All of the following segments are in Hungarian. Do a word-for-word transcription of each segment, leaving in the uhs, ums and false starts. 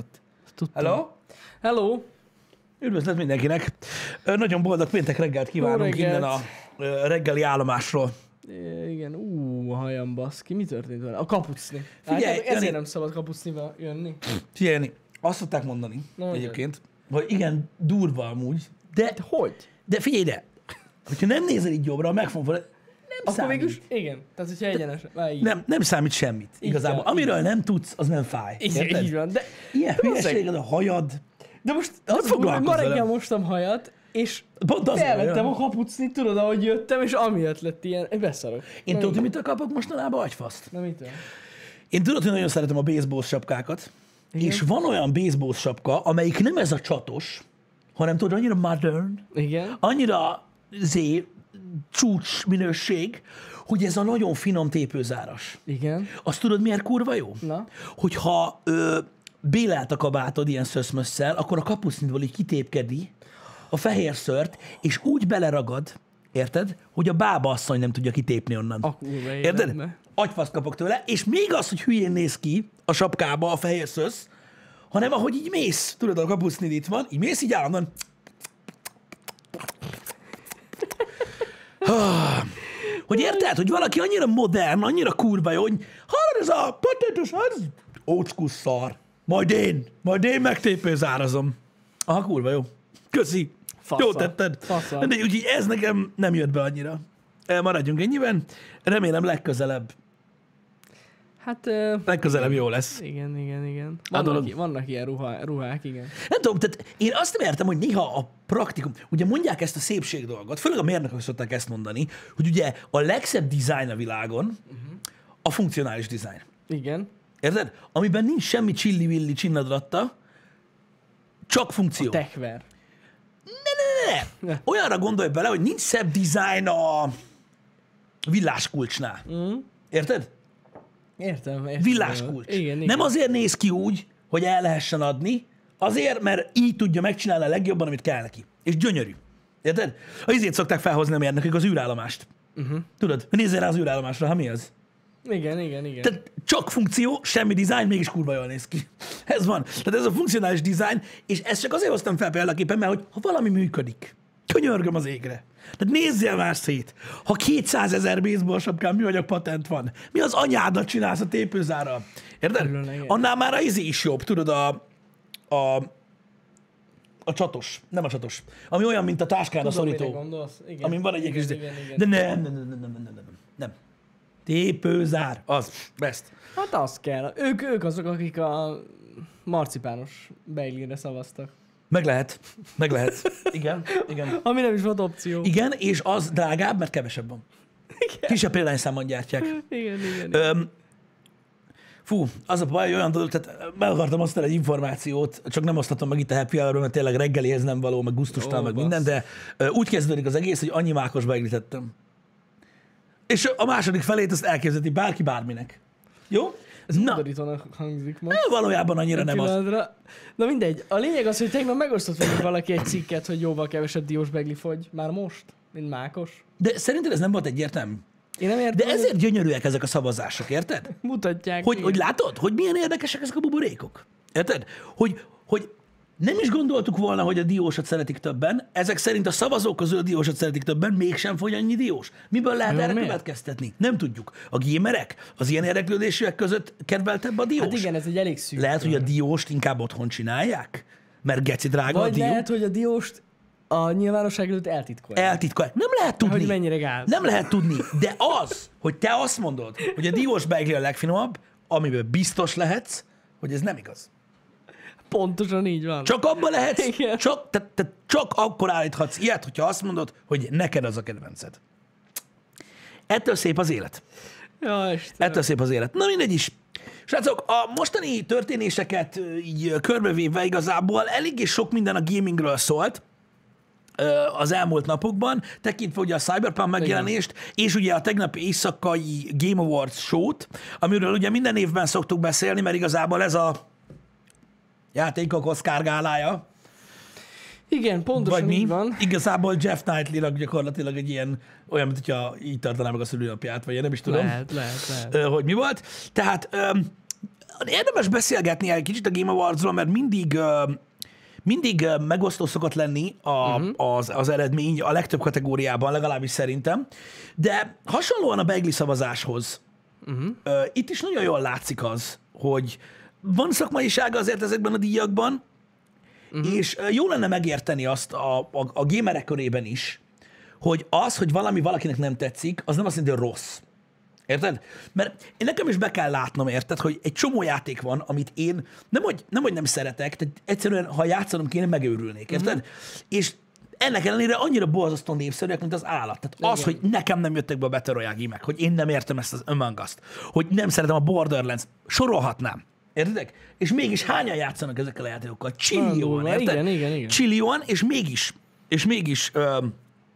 Hello? Hello! Üdvözlet mindenkinek! Ö, Nagyon boldog péntek reggelt kívánunk Jó reggelt. innen a ö, reggeli állomásról. É, igen, ú, a hajam baszki. Mi történt vele? A kapucni. Figyelj, Hát, ezért Jani- nem szabad kapucnival jönni. Figyelni, azt szokták mondani Na, egyébként, hogy igen, durva amúgy, de, De hogy? de figyelj ide, hogyha nem nézel így jobbra, meg fogom fogni, nem Akkor számít. végülis, igen. Tehát, hogyha egyenes. Várj, így. Nem, nem számít semmit, igazából. kell, Amiről nem tudsz, az nem fáj. Így, Érted? így van, de... Ilyen hülyeséged a hajad. De most Hogy az, hogy foglalkozz ma vele? reggel mostam hajat, és Pont az felvettem olyan. a kapucnit, tudod, ahogy jöttem, és amiatt lett ilyen, egy beszarok. Én Na, tudod, hogy mitől kapok mostanában agyfaszt? Na mitől? Én tudod, hogy nagyon szeretem a baseball sapkákat, Igen. és van olyan baseball sapka, amelyik nem ez a csatos, hanem tudod, annyira modern, Igen. annyira zé, csúcs minőség, hogy ez a nagyon finom tépőzáras. Igen. Azt tudod, miért kurva jó? Na. Hogyha ö, bélelt a kabátod ilyen szöszmösszel, akkor a kapucnitból így kitépkedi a fehér szört, és úgy beleragad, érted, hogy a bába asszony nem tudja kitépni onnan. A kurva Érted? életbe. Agyfaszt kapok tőle, és még az, hogy hülyén néz ki a sapkába a fehér szösz, hanem ahogy így mész, tudod, a kapucnid itt van, így mész így állandóan. Ah, hogy érted, hogy valaki annyira modern, annyira kurva jó, hogy hallod, ez a patétos, ez old school szar. Majd én, majd én megtépőzárazom. Aha, kurva jó. Köszi. Fasza. Jó tetted. Fasza. De úgyhogy ez nekem nem jött be annyira. Eh, Maradjunk ennyiben. Remélem legközelebb, Hát... ö, legközelebb jó lesz. Igen, igen, igen. A dolog- Vannak, vannak ilyen ruha, ruhák, igen. Nem tudom, tehát én azt nem értem, hogy néha a praktikum, ugye mondják ezt a szépség dolgot, főleg a mérnökök szokták ezt mondani, hogy ugye a legszebb design a világon uh-huh. a funkcionális design. Igen. Érted? Amiben nincs semmi csilli-villi csinnadratta, csak funkció. Techver. Ne, ne. Olyanra gondolj bele, hogy nincs szebb design a villáskulcsnál. Mm. Érted? Értem, értem. Villáskulcs. Igen, igen. Nem azért néz ki úgy, hogy el lehessen adni, azért, mert így tudja megcsinálni a legjobban, amit kell neki. És gyönyörű. Érted? A izét szokták felhozni a mérnökök, az űrállomást. Uh-huh. Tudod? Nézzél rá az űrállomásra, ha mi az? Igen, igen, igen. Tehát csak funkció, semmi design, mégis kurva jól néz ki. Ez van. Tehát ez a funkcionális design, és ezt csak azért hoztam fel példaképpen, mert hogy ha valami működik, könyörgöm az égre. Tehát nézzél már szét. Ha kétszázezer baseball sapkán műanyag patent van, mi az anyádat csinálsz a tépőzárral? Érted? Különleges. Annál már a izé is jobb, tudod, a, a, a csatos, nem a csatos, ami olyan, mint a táskán a Tudom, mire szorító. gondolsz. Igen. Amin van egy igen, kis... igen, igen. De nem, nem, nem, nem, nem, nem, nem, nem, nem. Tépőzár, az, best. Hát az kell. Ők, ők azok, akik a marcipános beiglire szavaztak. Meg lehet, meg lehet. Igen, igen. Ami nem is volt opció. Igen, és az drágább, mert kevesebb van. Igen. Kisebb példányszámban gyártják. Igen, igen. Öm, fú, az a baj, hogy olyan dolog, tehát meg akartam osztani egy információt, csak nem osztatom meg itt a happy hour-ban, mert tényleg reggelihez nem való, meg gusztustalan, Ó, meg bassz. minden, de ö, úgy kezdődik az egész, hogy annyi mákos beiglit ettem. És a második felét azt elképzelheti bárki bárminek. Jó? Ez Na, udorítónak hangzik most. valójában annyira nem az. Pillanatra. Na mindegy. A lényeg az, hogy tegnap megosztott velünk valaki egy cikket, hogy jóval kevesebb diós begli fogy. Már most? Mint mákos. De szerinted ez nem volt egyértelmű? Én nem értem, De hogy ezért gyönyörűek ezek a szavazások, érted? mutatják. Hogy, igen. hogy látod, hogy milyen érdekesek ezek a buborékok? Érted? Hogy, hogy nem is gondoltuk volna, hogy a diósat szeretik többen, ezek szerint a szavazók közül a diósat szeretik többen, mégsem fogy annyi diós. Miből lehet Jó, erre miért? következtetni? Nem tudjuk. A gémerek az ilyen érdeklődésűek között kedveltebb a diós? Hát igen, ez egy elég szűk. Lehet, hogy a kör. dióst inkább otthon csinálják? Mert geci drága a Vagy dió. lehet, hogy a dióst a nyilvánosság előtt eltitkolják. Eltitkolják. Nem lehet tudni. Hogy mennyire gáz. Nem lehet tudni. De az, hogy te azt mondod, hogy a diós beigli a legfinomabb, amiből biztos lehetsz, hogy ez nem igaz. Pontosan így van. Csak abban lehetsz, Igen. csak, te, te csak akkor állíthatsz ilyet, hogyha azt mondod, hogy neked az a kedvenced. Ettől szép az élet. Ja, Istenem. Ettől szép az élet. Na mindegy is. Srácok, a mostani történéseket ö, így ö, körbevéve igazából eléggé sok minden a gamingről szólt ö, az elmúlt napokban, tekintve ugye a Cyberpunk megjelenést, és ugye a tegnapi éjszakai Game Awards show-t, amiről ugye minden évben szoktuk beszélni, mert igazából ez a játékok Oscar gálája, Igen, pontosan vagy mi. így van. Igazából Jeff Knightley-nak gyakorlatilag egy ilyen, olyan, mint hogyha így tartaná meg a szülőnapját, vagy én nem is tudom. Lehet, lehet, lehet. Ö, hogy mi volt. Tehát öm, Érdemes beszélgetni egy kicsit a Game Awardsról, mert mindig, uh, mindig uh, megosztó szokott lenni a, uh-huh. az, az eredmény a legtöbb kategóriában, legalábbis szerintem. De hasonlóan a Beigli szavazáshoz, uh-huh. uh, itt is nagyon jól látszik az, hogy van szakmaisága azért ezekben a díjakban, uh-huh. és uh, jó lenne megérteni azt a, a, a gamerek körében is, hogy az, hogy valami valakinek nem tetszik, az nem azt jelenti, hogy rossz. Érted? Mert én nekem is be kell látnom, érted, hogy egy csomó játék van, amit én nem hogy nem, hogy nem szeretek, tehát egyszerűen, ha játszanom kéne, megőrülnék, érted? Uh-huh. És ennek ellenére annyira borzasztóan népszerűek, mint az állat. Tehát igen. Az, hogy nekem nem jöttek be a Battle Royale gémek, hogy én nem értem ezt az Among Us-t, hogy nem szeretem a Borderlands, sorolhatnám. Értedek? És mégis hányan játszanak ezekkel a játékokkal? Csillióan, érted? Igen, igen, igen. Csillióan, és mégis, és mégis... Öm,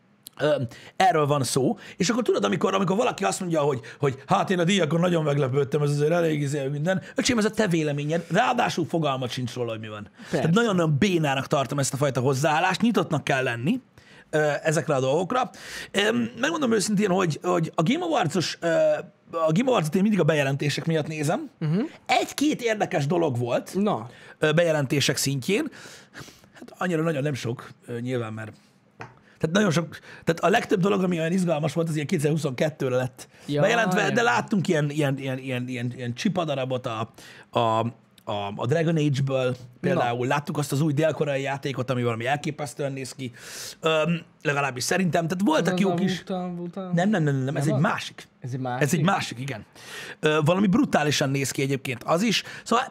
erről van szó, és akkor tudod, amikor, amikor valaki azt mondja, hogy, hogy hát én a díjakon nagyon meglepődtem, ez azért elég izé minden, öcsém, ez a te véleményed, ráadásul fogalmat sincs róla, hogy mi van. Persze. Tehát nagyon-nagyon bénának tartom ezt a fajta hozzáállást, nyitottnak kell lenni ezekre a dolgokra. Megmondom őszintén, hogy, hogy a Game Awards-os, a Game Awards-ot én mindig a bejelentések miatt nézem. Uh-huh. Egy-két érdekes dolog volt Na. bejelentések szintjén. Hát annyira nagyon nem sok, nyilván, mert Tehát nagyon sok, tehát a legtöbb dolog, ami olyan izgalmas volt, az ilyen kétezer-huszonkettőre lett ja, bejelentve, jaj. de láttunk ilyen, ilyen, ilyen, ilyen, ilyen, ilyen csipadarabot a, a, a, a Dragon Age-ből, például Na. láttuk azt az új dél-koreai játékot, ami valami elképesztően néz ki, Öm, legalábbis szerintem, tehát voltak jók is. Buta, buta. Nem, nem, nem, nem, nem, ez egy másik. Ez egy másik? Ez egy másik, igen. Ö, valami brutálisan néz ki egyébként az is. Szóval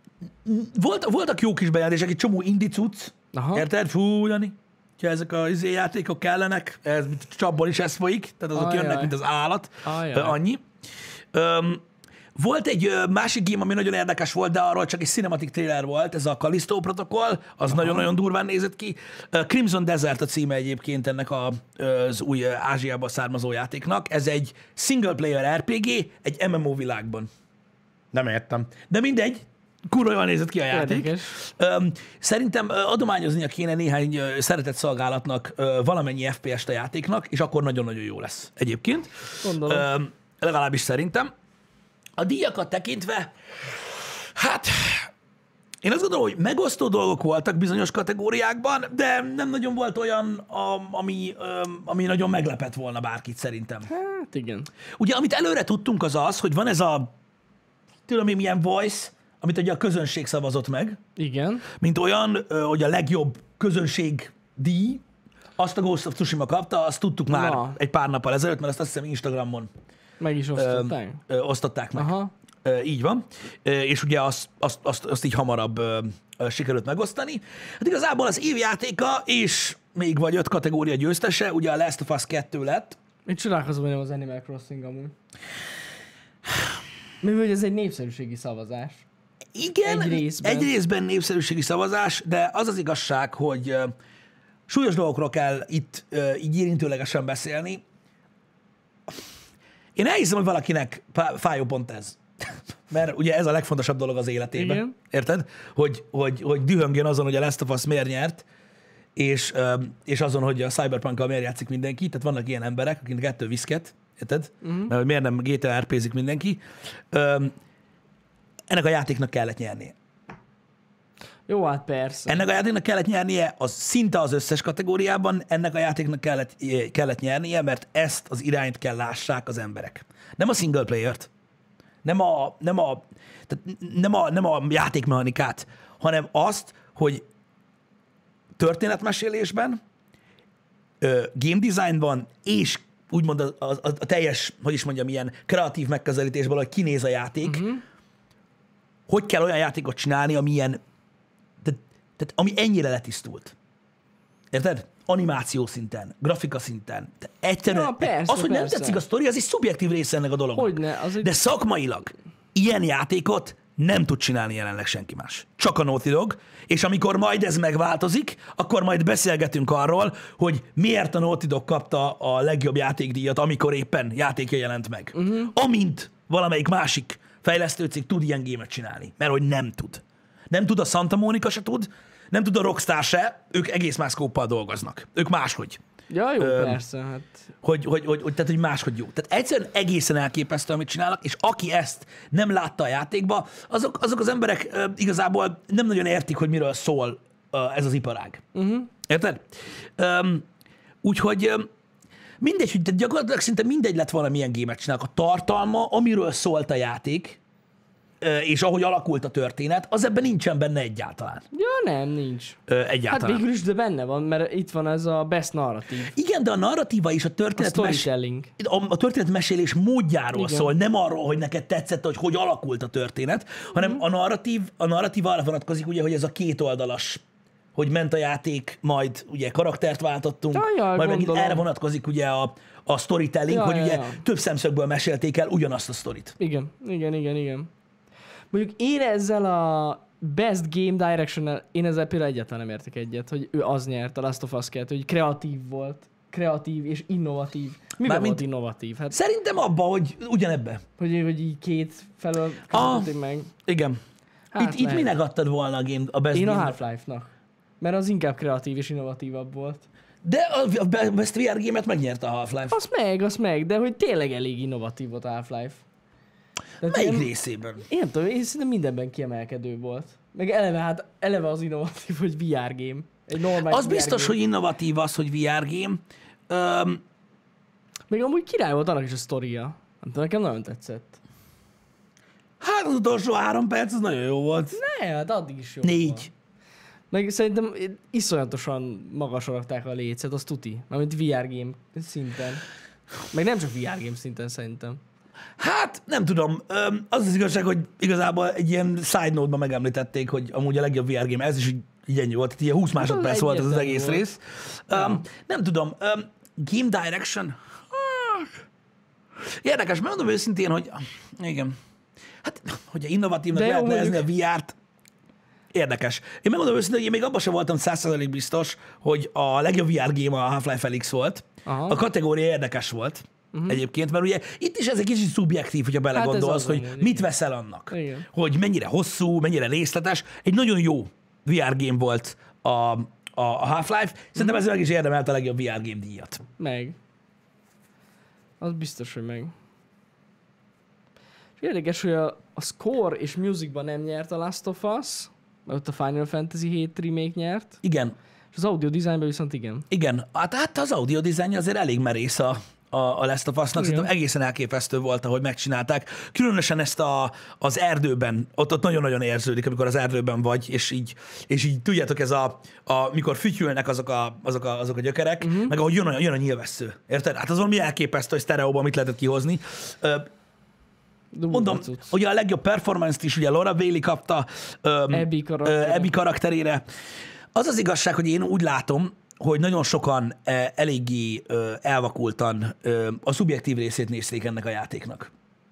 volt, voltak jó kis bejelentések, egy csomó indie cucc, érted? Fú, Jani. Ha ezek a izé játékok kellenek, ez csapból is ez folyik, tehát azok Ajaj. jönnek, mint az állat, Ajaj. annyi. Öm, volt egy másik game, ami nagyon érdekes volt, de arról csak egy cinematic trailer volt, ez a Callisto Protocol, az Aha. nagyon-nagyon durván nézett ki. Crimson Desert a címe egyébként ennek a, az új Ázsiából származó játéknak. Ez egy single player er pé gé, egy em em o világban. Nem értem. De mindegy. Kurva jól nézett ki a játék. Öm, szerintem adományoznia kéne néhány szeretett szolgálatnak valamennyi ef pé est a játéknak, és akkor nagyon-nagyon jó lesz egyébként. Gondolom. Öm, legalábbis szerintem. A díjakat tekintve, hát én azt gondolom, hogy megosztó dolgok voltak bizonyos kategóriákban, de nem nagyon volt olyan, ami, ami nagyon meglepett volna bárkit szerintem. Hát igen. Ugye, amit előre tudtunk az az, hogy van ez a, tudom én milyen voice, amit ugye a közönség szavazott meg. Igen. Mint olyan, hogy a legjobb közönség díj, azt a Ghost of Tsushima kapta, azt tudtuk már Na. egy pár nappal ezelőtt, mert azt azt hiszem Instagramon meg is osztották. Ö, ö, osztották meg. Aha. Ö, így van. Ö, és ugye azt, azt, azt, azt így hamarabb ö, ö, sikerült megosztani. Hát igazából az év játéka, és még vagy öt kategória győztese, ugye a Last of Us kettő lett. Én csodálkozom, hogy nem az Animal Crossing amúgy. Mivel ez egy népszerűségi szavazás. Igen, egy részben. egy részben népszerűségi szavazás, de az az igazság, hogy uh, súlyos dolgokról kell itt uh, így érintőlegesen beszélni. Én elhiszem, hogy valakinek fájó pont ez. Mert ugye ez a legfontosabb dolog az életében. Igen. Érted? Hogy, hogy, hogy dühöngjön azon, hogy a Last of Us miért nyert, és, um, és azon, hogy a Cyberpunk-kal miért játszik mindenki. Tehát vannak ilyen emberek, akinek ettől viszket. Érted? Uh-huh. Mert miért nem gé té á er pézik mindenki. Um, ennek a játéknak kellett nyernie. Jó, hát persze. Ennek a játéknak kellett nyernie az szinte az összes kategóriában, ennek a játéknak kellett, kellett nyernie, mert ezt az irányt kell lássák az emberek. Nem a single player-t, nem a, nem a, tehát nem a, nem a játékmechanikát, hanem azt, hogy történetmesélésben, game designban és úgymond a, a, a teljes, hogy is mondjam, ilyen kreatív megközelítésből, hogy kinéz a játék, uh-huh. hogy kell olyan játékot csinálni, ami ilyen, tehát, tehát ami ennyire letisztult. Érted? Animáció szinten, grafika szinten. Egyszerűen, ja, persze, az, hogy persze. nem tetszik a sztori, az egy szubjektív része ennek a dolognak. Hogyne, az egy... De szakmailag ilyen játékot nem tud csinálni jelenleg senki más. Csak a Naughty Dog, és amikor majd ez megváltozik, akkor majd beszélgetünk arról, hogy miért a Naughty Dog kapta a legjobb játékdíjat, amikor éppen játékja jelent meg. Uh-huh. Amint valamelyik másik fejlesztőcég tud ilyen gémet csinálni. Mert hogy nem tud. Nem tud a Santa Monica se tud, nem tud a Rockstar se, ők egész más szkóppal dolgoznak. Ők máshogy. Ja, jó, Ö, persze, hát... hogy, hogy, hogy, hogy, tehát, hogy máshogy jó. Tehát egyszerűen egészen elképesztő, amit csinálnak, és aki ezt nem látta a játékba, azok, azok az emberek uh, igazából nem nagyon értik, hogy miről szól uh, ez az iparág. Uh-huh. Érted? Um, úgyhogy um, mindegy, hogy tehát gyakorlatilag szinte mindegy lett volna, milyen gémet csinálnak. A tartalma, amiről szólt a játék, uh, és ahogy alakult a történet, az ebben nincsen benne egyáltalán. Ja, nem, nincs. Uh, Hát egyáltalán. végül is, de benne van, mert itt van ez a best narratív. Igen, de a narratíva is a A történet mes- storytelling. a, a történetmesélés módjáról Igen. szól, nem arról, hogy neked tetszett, hogy hogy alakult a történet, hanem Mhm. a narratív, a narratíva arra vonatkozik, ugye, hogy ez a kétoldalas, hogy ment a játék, majd ugye karaktert váltottunk, Ja, ja, majd megint gondolom. erre vonatkozik ugye a, a storytelling, Ja, hogy ja, ugye ja. több szemszögből mesélték el ugyanazt a sztorit. Igen, igen, igen, igen. Mondjuk én ezzel a Best Game Direction-nel, én ezzel például egyáltalán nem értek egyet, hogy ő az nyert a Last of Us kettő, hogy kreatív volt. Kreatív és innovatív. Miben Mármint- volt innovatív? Hát, Szerintem abban, hogy ugyanebbe. hogy, hogy így két felől Ah. közelítik meg. Igen. Hát itt, itt lehet. minek adtad volna a, game, a Best Én a Game? Half-Life-nak. Mert az inkább kreatív és innovatívabb volt. De a, a Best vé er Game-et megnyerte a Half-Life. Az meg, az meg, de hogy tényleg elég innovatív volt a Half-Life. Tehát Melyik én, részében? én nem tudom, én szerintem mindenben kiemelkedő volt. Meg eleve, hát eleve az innovatív, hogy vé er game. Egy normális Az biztos, hogy innovatív az, hogy vé er game. Öm, Még amúgy király volt annak is a sztoria. Nem tudom, nekem nagyon tetszett. hát az utolsó három perc, az nagyon jó volt. Ne, hát addig is jó Négy. volt. Meg szerintem iszonyatosan magasra rakták a lécet, az tuti. Mármint vé er game szinten. Meg nem csak vé er game szinten szerintem. Hát nem tudom, öm, az az igazság, hogy igazából egy ilyen side note-ban megemlítették, hogy amúgy a legjobb vé er game, ez is így, így ennyi volt, itt ilyen húsz másodperc volt ez az egyértelmű egész volt. rész. Öm, nem tudom, öm, game direction? Hát, érdekes, megmondom őszintén, hogy igen, hát hogyha innovatívnak De jó, lehet nevezni a mondjuk. vé er-t, érdekes. Én megmondom őszintén, hogy én még abban sem voltam száz százalék biztos, hogy a legjobb vé er game a Half-Life Alyx volt. Aha. A kategória érdekes volt uh-huh. egyébként, mert ugye itt is ez egy kicsit szubjektív, hogyha belegondolsz, az hogy amúgy, mit igen. veszel annak. Igen. Hogy mennyire hosszú, mennyire részletes. Egy nagyon jó vé er game volt a, a, a Half-Life. Szerintem Mhm. ez meg is érdemelt a legjobb vé er game díjat. Meg. Az biztos, hogy meg. És érdekes, hogy a, a score és musicban nem nyert a Last of Us, mert ott a Final Fantasy hét remake nyert, Igen, és az audio designben viszont igen. igen. Hát, hát az audio design azért elég merész a, a, a Last of Us-nak. Igen. Szerintem egészen elképesztő volt, ahogy megcsinálták. Különösen ezt a, az erdőben, ott, ott nagyon-nagyon érződik, amikor az erdőben vagy, és így, és így tudjátok, ez a, a mikor fütyülnek azok a, azok a, azok a gyökerek, uh-huh. meg ahogy jön a, jön a nyilvessző. Érted? Hát az valami elképesztő, hogy sztereóban mit lehetett kihozni. Ö, Durva Mondom, cucc. ugye a legjobb performance-t is ugye Laura Bailey kapta öm, Abby karakterére. ö, Abby karakterére. Az az igazság, hogy én úgy látom, hogy nagyon sokan eh, eléggé ö, elvakultan ö, a szubjektív részét nézték ennek a játéknak.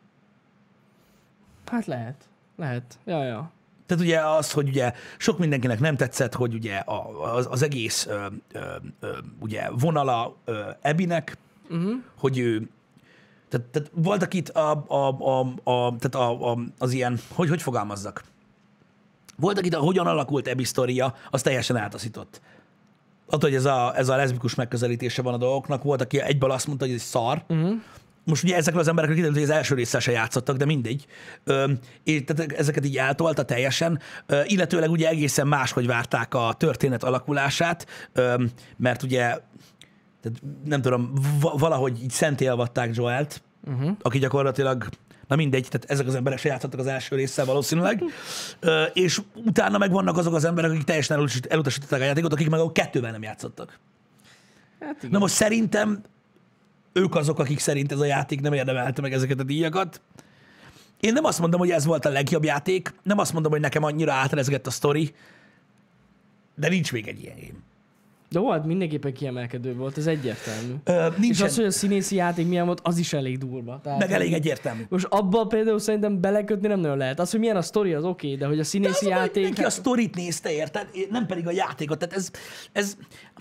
Hát lehet. Lehet. Ja, ja. Tehát ugye az, hogy ugye sok mindenkinek nem tetszett, hogy ugye a, az, az egész ö, ö, ö, ugye vonala ö, Abbynek, uh-huh. hogy ő tehát, tehát voltak itt a, a, a, a, tehát a, a, az ilyen, hogy, hogy fogalmazzak? Voltak itt, a, hogyan alakult Abby sztoria, az teljesen átaszított. Attól, hogy ez a, ez a leszbikus megközelítése van a dolgoknak, volt, aki egyből azt mondta, hogy ez egy szar. Uh-huh. Most ugye ezekről az emberekről kiderült, hogy az első résszel se játszottak, de mindegy. Ö, és tehát ezeket így eltolta teljesen, ö, illetőleg ugye egészen máshogy várták a történet alakulását, ö, mert ugye tehát nem tudom, v- valahogy így szentélvatták Joelt, uh-huh. aki gyakorlatilag, na mindegy, tehát ezek az emberek se játszottak az első résszel valószínűleg, ö, és utána meg vannak azok az emberek, akik teljesen elutasít- elutasították a játékot, akik meg a kettővel nem játszottak. Hát igen. Na most szerintem ők azok, akik szerint ez a játék nem érdemelte meg ezeket a díjakat. Én nem azt mondom, hogy ez volt a legjobb játék, nem azt mondom, hogy nekem annyira átrezgett a sztori, de nincs még egy ilyen game. De jó, hát mindenképpen kiemelkedő volt, ez egyértelmű. Ö, És nincsen, az, hogy a színészi játék milyen volt, az is elég durva. Tehát, meg elég egyértelmű. most abban például szerintem belekötni nem nagyon lehet. Az, hogy milyen a sztori, az oké, okay, de hogy a De az, színészi hogy játék... mindenki a sztorit nézte, érted? Nem pedig a játékot. Tehát ez, ez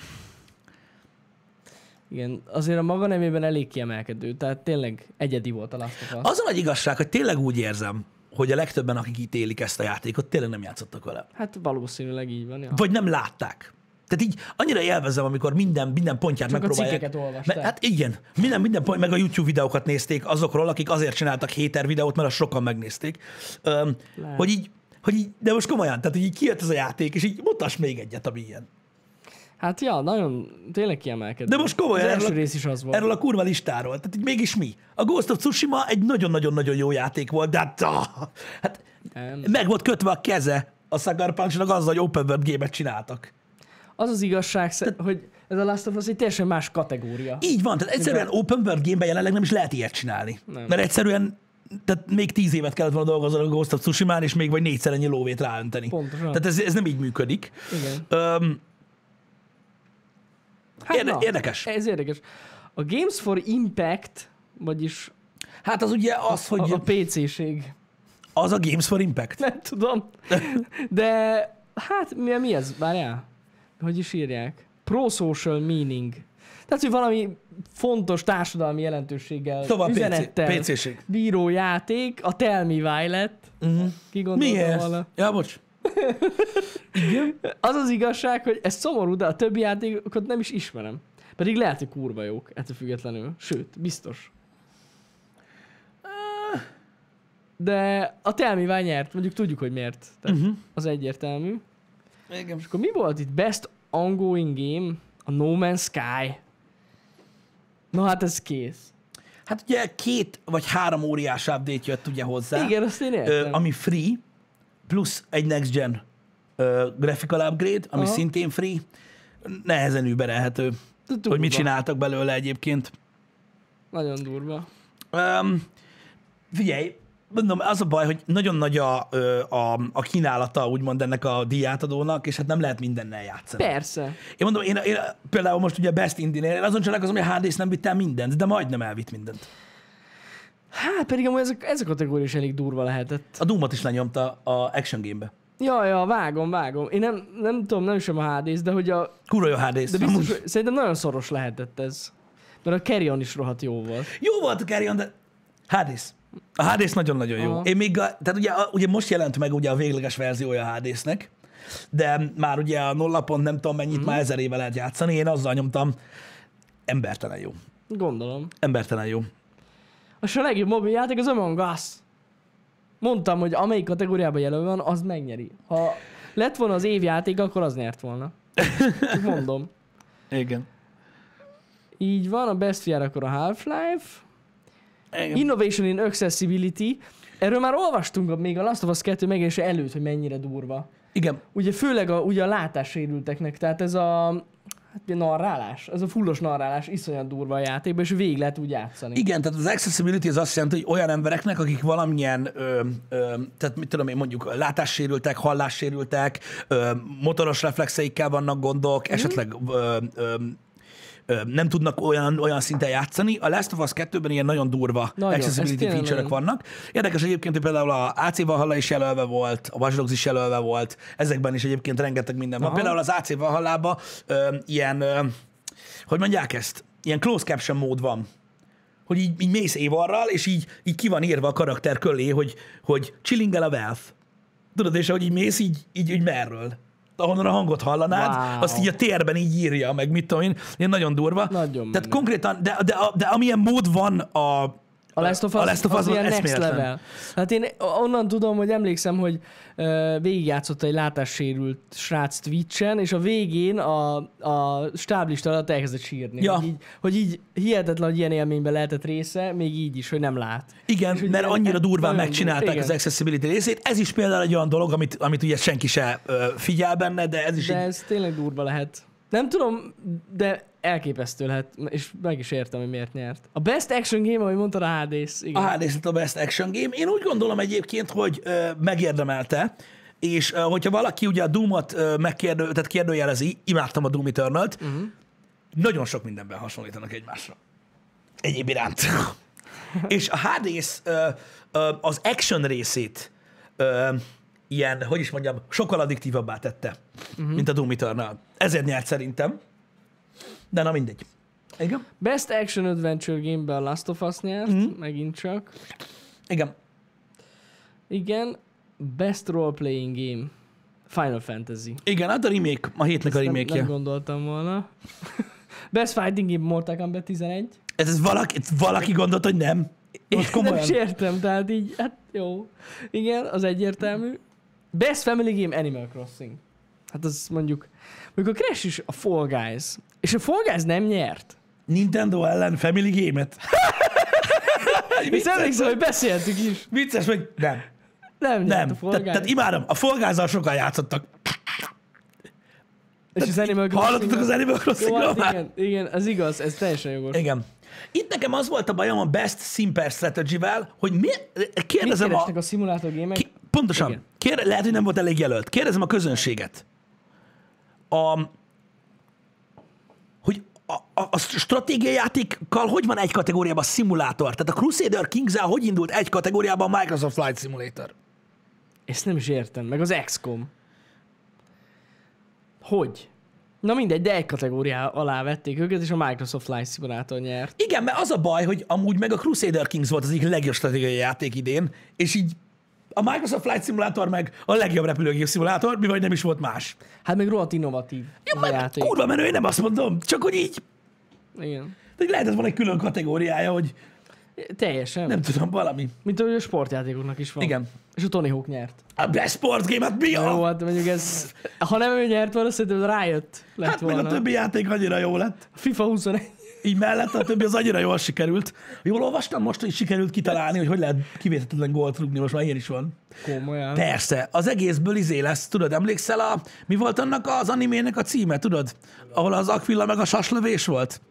Igen, azért a maga nemében elég kiemelkedő, tehát tényleg egyedi volt a Last of Us. az a nagy igazság, hogy tényleg úgy érzem, hogy a legtöbben, akik ítélik ezt a játékot, tényleg nem játszottak vele. Hát valószínűleg így van, ja. Vagy nem látták. Tehát így annyira élvezem, amikor minden, minden pontját Csak megpróbálják. a cikkeket olvastál. Me- hát igen, minden, minden pont, meg a YouTube videókat nézték azokról, akik azért csináltak hater videót, mert azt sokan megnézték. Öm, hogy így, hogy így, de most komolyan, tehát hogy így kijött ez a játék, és így mutass még egyet, ami ilyen. Hát ja, nagyon, tényleg kiemelkedő. De most komolyan, Az első erről a- rész is az volt. Erről a kurva listáról. Tehát így mégis mi? A Ghost of Tsushima egy nagyon-nagyon-nagyon jó játék volt, de hát, ah, hát Nem. meg volt kötve a keze a Sucker Punch-nak azzal, hogy open world game-et csináltak. Az az igazság, hogy ez a Last of Us egy teljesen más kategória. Így van, tehát egyszerűen open world game-ben jelenleg nem is lehet ilyet csinálni. Nem. Mert egyszerűen tehát még tíz évet kellett volna dolgozni a Ghost of Tsushima-n, és még vagy négyszer ennyi lóvét ráönteni. Pontosan. Tehát ez, ez nem így működik. Igen. Öm, Hát érde- na, érdekes. Ez érdekes. A Games for Impact, vagyis Hát az ugye az, hogy a, a pé cé-ség. az a Games for Impact. Nem tudom. De hát mi, mi ez? Várjál. Hogy is írják? Pro-social meaning. Tehát, hogy valami fontos társadalmi jelentőséggel, Tovább üzenettel pé cé-ség. bíró játék, a Tell Me Violet. Uh-huh. Ki gondolta Miért? volna? Ja, bocs. Az az igazság, hogy ez szomorú, de a többi játékokat nem is ismerem. Pedig lehet, hogy kurva jók, ettől függetlenül. Sőt, biztos. De a Tell Me Why nyert, mondjuk tudjuk, hogy miért. Tehát uh-huh. az egyértelmű. Igen. És akkor mi volt itt? Best ongoing game? A No Man's Sky. Na hát ez kész. Hát ugye két vagy három óriás update jött ugye hozzá. Igen, azt én ö, értem. ami free, plusz egy next gen ö, graphical upgrade, ami Aha. szintén free. Nehezen überelhető, Durva. hogy mit csináltak belőle egyébként. Nagyon durva. Um, figyelj, mondom, az a baj, hogy nagyon nagy a, ö, a, a kínálata, úgymond ennek a díjátadónak, és hát nem lehet mindennel játszani. Persze. Én mondom, én, én például most ugye Best Indie-nél, én azon csodálkozom, hogy a há dé es nem vitt el mindent, de majdnem elvitt mindent. Hát pedig amúgy ez a, ez a kategória is elég durva lehetett. A Doom-ot is lenyomta a Action Game-be. Ja, ja, vágom, vágom. Én nem, nem tudom, nem is sem a há dé es, de hogy a... Kurva jó há dé es. De biztos, hogy szerintem nagyon szoros lehetett ez. Mert a Carrion is rohadt jó volt. Jó volt a Carrion, de há dé es. A há dé es nagyon-nagyon jó. Aha. Én még, a, tehát ugye, a, ugye most jelent meg ugye a végleges verziója a há dé esnek, de már ugye a nulla pont nem tudom mennyit, mm. már ezer éve lehet játszani, én azzal nyomtam, embertelen jó. Gondolom. Embertelen jó. És a legjobb mobil játék az Among Us. Mondtam, hogy amelyik kategóriában jelölve van, az megnyeri. Ha lett volna az évjáték, akkor az nyert volna. Csak mondom. Igen. Így van, a Best vé er akkor a Half-Life. Igen. Innovation in Accessibility. Erről már olvastunk még a Last of Us kettő megjelenése előtt, hogy mennyire durva. Igen. Ugye főleg a, ugye a látássérülteknek, tehát ez a hát mi narrálás, ez a fullos narrálás iszonyat durva a játékban, és végig lehet úgy játszani. Igen, tehát az accessibility az azt jelenti, hogy olyan embereknek, akik valamilyen, ö, ö, tehát mit tudom én, mondjuk látássérültek, hallássérültek, ö, motoros reflexeikkel vannak gondok, mm. esetleg ö, ö, ö, nem tudnak olyan, olyan szinten játszani. A Last of Us kettőben ilyen nagyon durva Nagyon, accessibility ez feature-ök tényleg vannak. Érdekes egyébként, hogy például a á cé Valhalla is jelölve volt, a Watch Dogs is jelölve volt, ezekben is egyébként rengeteg minden van. Aha. Például az á cé Valhallában ö, ilyen, ö, hogy mondják ezt, ilyen closed caption mód van, hogy így, így mész Évarral, és így, így ki van írva a karakter köré, hogy, hogy chillingel a Valve. Tudod, és ahogy így mész, így, így, így merről. Ahonnan a hangot hallanád, Wow. azt így a térben így írja, meg mit tudom én, ilyen nagyon durva. Nagyon Tehát menő. konkrétan, de, de, de amilyen mód van a, A Last of Us, a Last of Us az ilyen next eszméletlen. level. Hát én onnan tudom, hogy emlékszem, hogy uh, végigjátszott egy látássérült srác Twitchen, és a végén a, a stáblista alatt elkezdett sírni. Ja. Hogy, így, hogy így hihetetlen, hogy ilyen élményben lehetett része, még így is, hogy nem lát. Igen, És hogy mert ilyen- annyira durván nagyon megcsinálták durva, az igen. accessibility részét. Ez is például egy olyan dolog, amit, amit ugye senki se ö, figyel benne, de ez is De egy... ez tényleg durva lehet. Nem tudom, de elképesztő lehet, és meg is értem, hogy miért nyert. A Best Action Game, ahogy mondtad, a há dé es. A Igen. há dé es lett a Best Action Game. Én úgy gondolom egyébként, hogy ö, megérdemelte, és ö, hogyha valaki ugye a Doom-ot ö, megkérdő, tehát kérdőjelezi, imádtam a Doom Eternal-t, uh-huh. nagyon sok mindenben hasonlítanak egymásra. Egyéb iránt. És a há dé es ö, ö, az action részét ö, ilyen, hogy is mondjam, sokkal addiktívabbá tette, uh-huh. mint a Doom Eternal. Ezért nyert szerintem. De na mindegy. Igen? Best Action Adventure Game-ben a Last of Us nyert, Mhm. megint csak. Igen. Igen. Best Role Playing Game. Final Fantasy. Igen, hát a remake, a hétnek a Nem, remake-je. nem gondoltam volna. Best Fighting Game Mortal Kombat tizenegy. Ez, ez valaki, ez valaki gondolt, hogy nem. Most Nem komolyan. is értem, tehát így, hát jó. Igen, az egyértelmű. Best Family Game Animal Crossing. Hát az mondjuk, mondjuk a Crash is a Fall Guys. És a Fall Guys nem nyert. Nintendo ellen Family Game-et. És emlékszem, hogy beszéltük is. Vicces, hogy nem. Nem nyert Nem. a Fall Tehát, Guys. tehát imádom, a Fall Guys-zal sokan játszottak. És az Animal Crossing. Hallottatok az Animal Jó, Crossing-ról hát már? igen, igen, az igaz, ez teljesen jogos. Igen. Itt nekem az volt a bajom a Best Simper Strategy-vel, hogy mi... Mit Kérdezem a... keresnek a szimulátor gémek? Ki, pontosan. Igen. Kér, lehet, hogy nem volt elég jelölt. Kérdezem a közönséget. A, hogy a, a, a stratégiai játékkal hogy van egy kategóriában a szimulátor? Tehát a Crusader Kings-el hogy indult egy kategóriában a Microsoft Flight Simulator? Ezt nem is értem. Meg az iksz kom. Hogy? Na mindegy, de egy kategóriá alá vették őket, és a Microsoft Flight Simulator nyert. Igen, mert az a baj, hogy amúgy meg a Crusader Kings volt az egyik legjobb stratégiai játék idén, és így a Microsoft Flight Simulator meg a legjobb repülőgép szimulátor, mi vagy nem is volt más. Hát meg rohadt innovatív Ja, az a mert játék. kurva menő, én nem azt mondom, csak hogy így, Igen. de lehet, ez van egy külön kategóriája, hogy Teljesen. nem tudom, valami. Mint ahogy a sportjátékoknak is van. Igen. És a Tony Hawk nyert. A Best Sports Game, hát mi Jó, a... hát mondjuk ez... Ha nem ő nyert volna, szerintem rájött lett Hát volna. meg a többi játék annyira jó lett. FIFA huszonegy. Így mellett a többi az annyira jól sikerült. Jól olvastam most, hogy sikerült kitalálni, hogy hogy lehet kivétetlen gólt rúgni, most már ilyen is van. Komolyan. Persze, az egészből izé lesz, tudod, emlékszel a... Mi volt annak az animének a címe, tudod? Ahol az Aquila meg a saslövés volt?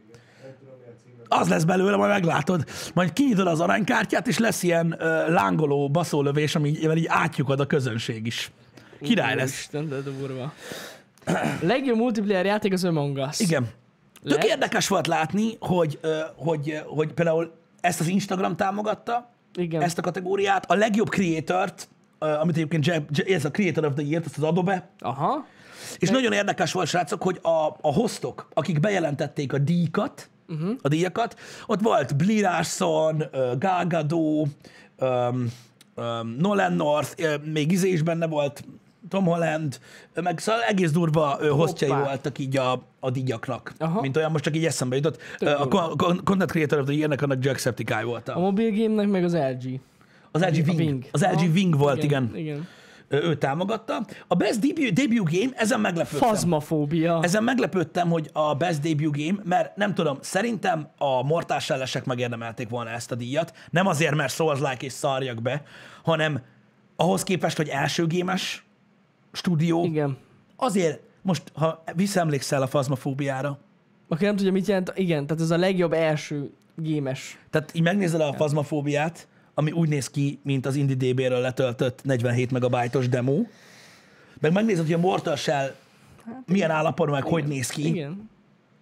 Az lesz belőle, majd meglátod. Majd kinyitod az aranykártyát, és lesz ilyen ö, lángoló baszólövés, amivel így átlyukad a közönség is. Király lesz. Isten, de durva. Legjobb multiplayer játék az Among Us. Igen. Tök Lett? érdekes volt látni, hogy, ö, hogy, ö, hogy például ezt az Instagram támogatta, Igen. ezt a kategóriát, a legjobb creatort, ö, amit egyébként Je- Je- ez a Creator of the Year, ezt az Adobe, Aha. és nagyon érdekes volt, srácok, hogy a, a hostok, akik bejelentették a díjkat, uh-huh. a díjakat, ott volt Brie Larson, uh, Gal Gadot, um, um, Nolan North, uh, még izé is benne volt, Tom Holland, uh, meg szóval egész durva uh, hostjai Hoppá. voltak így a, a díjaknak. Aha. Mint olyan, most csak így eszembe jutott. Tök Uh, a durva. con- Content Creator of the Year-nek annak Jacksepticeye volt. A A, mobil game-nek meg az el gé. az el gé A Wing. Wing. Az el gé Aha. Wing volt, igen. Igen. Ő, ő támogatta. A Best Debut, debut Game, ezen meglepődtem. Fazmafóbia. Ezen meglepődtem, hogy a Best Debut Game, mert nem tudom, szerintem a Mortal Shell-esek megérdemelték volna ezt a díjat. Nem azért, mert Souls-like és szarjak be, hanem ahhoz képest, hogy első gémes stúdió. Igen. Azért, most, ha visszaemlékszel a Phasmophobia-ra, Aki nem tudja, mit jelent, igen, tehát ez a legjobb első gémes. tehát így megnézed a Phasmophobia-t, ami úgy néz ki, mint az IndieDB-ről letöltött negyvenhét megabájtos demo, meg megnézed, hogy a Mortal Shell milyen állapotban, meg hogy néz ki, Igen.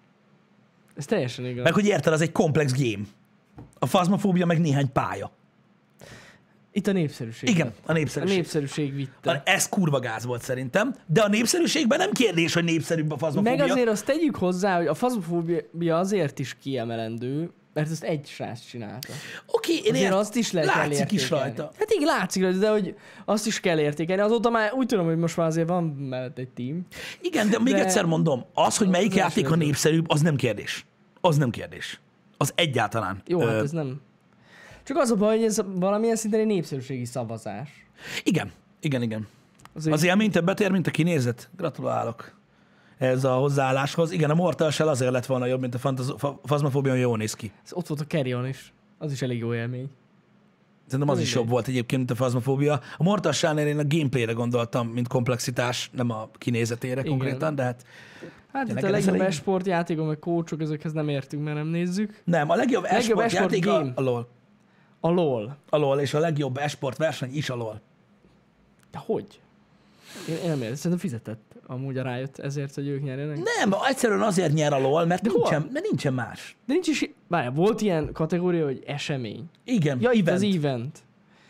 Ez teljesen igaz. meg hogy érted, az egy komplex game. A Phasmophobia meg néhány pálya. Itt a népszerűség. Igen, a A népszerűség. népszerűség vitte. Ez kurva gáz volt szerintem, de a népszerűségben nem kérdés, hogy népszerűbb a Phasmophobia. Meg azért azt tegyük hozzá, hogy a fazmofóbia azért is kiemelendő, mert ezt egy srác csinálta. Oké, én Azért ért, azt is lehet látszik is elértékelni. rajta. Hát igen, látszik rajta, de hogy azt is kell értékelni. Azóta már úgy tudom, hogy most már azért van mellett egy team. Igen, de még De- egyszer mondom, az, hogy melyik az játék a első. népszerűbb, az nem kérdés. Az nem kérdés. Az egyáltalán. Jó, Ö, hát ez nem... Csak az a baj, hogy ez valamilyen szinten egy népszerűségi szavazás. Igen, igen, igen. Azért, Az élmény többet ér, mint a kinézet. Gratulálok ez a hozzáálláshoz. Igen, a Mortal Shell azért lett volna jobb, mint a Fantas- Fa- Phasmophobia, ami jól néz ki. ez ott volt a Carrion is. Az is elég jó élmény. Szerintem az is Mindegy. jobb volt egyébként, mint a Phasmophobia. A Mortal Shell-nél én a gameplayre gondoltam, mint komplexitás, nem a kinézetére Igen. konkrétan, de hát Hát itt neked a ez legjobb elég? esport játékok, meg coachok, ezekhez nem értünk, mert nem nézzük. nem. A legjobb Legjobb esport esport játék game. a, a LOL. A LOL. A LOL, és a legjobb esport verseny is a LOL. De hogy? Én, én nem értem, szerintem fizetett amúgy a rájött ezért, hogy ők nyerjenek. Nem, egyszerűen azért nyer a LOL, mert, De hol? nincsen, mert nincsen más. De nincs is... Várjál, volt ilyen kategória, hogy esemény. Igen, Ja, itt event. az event.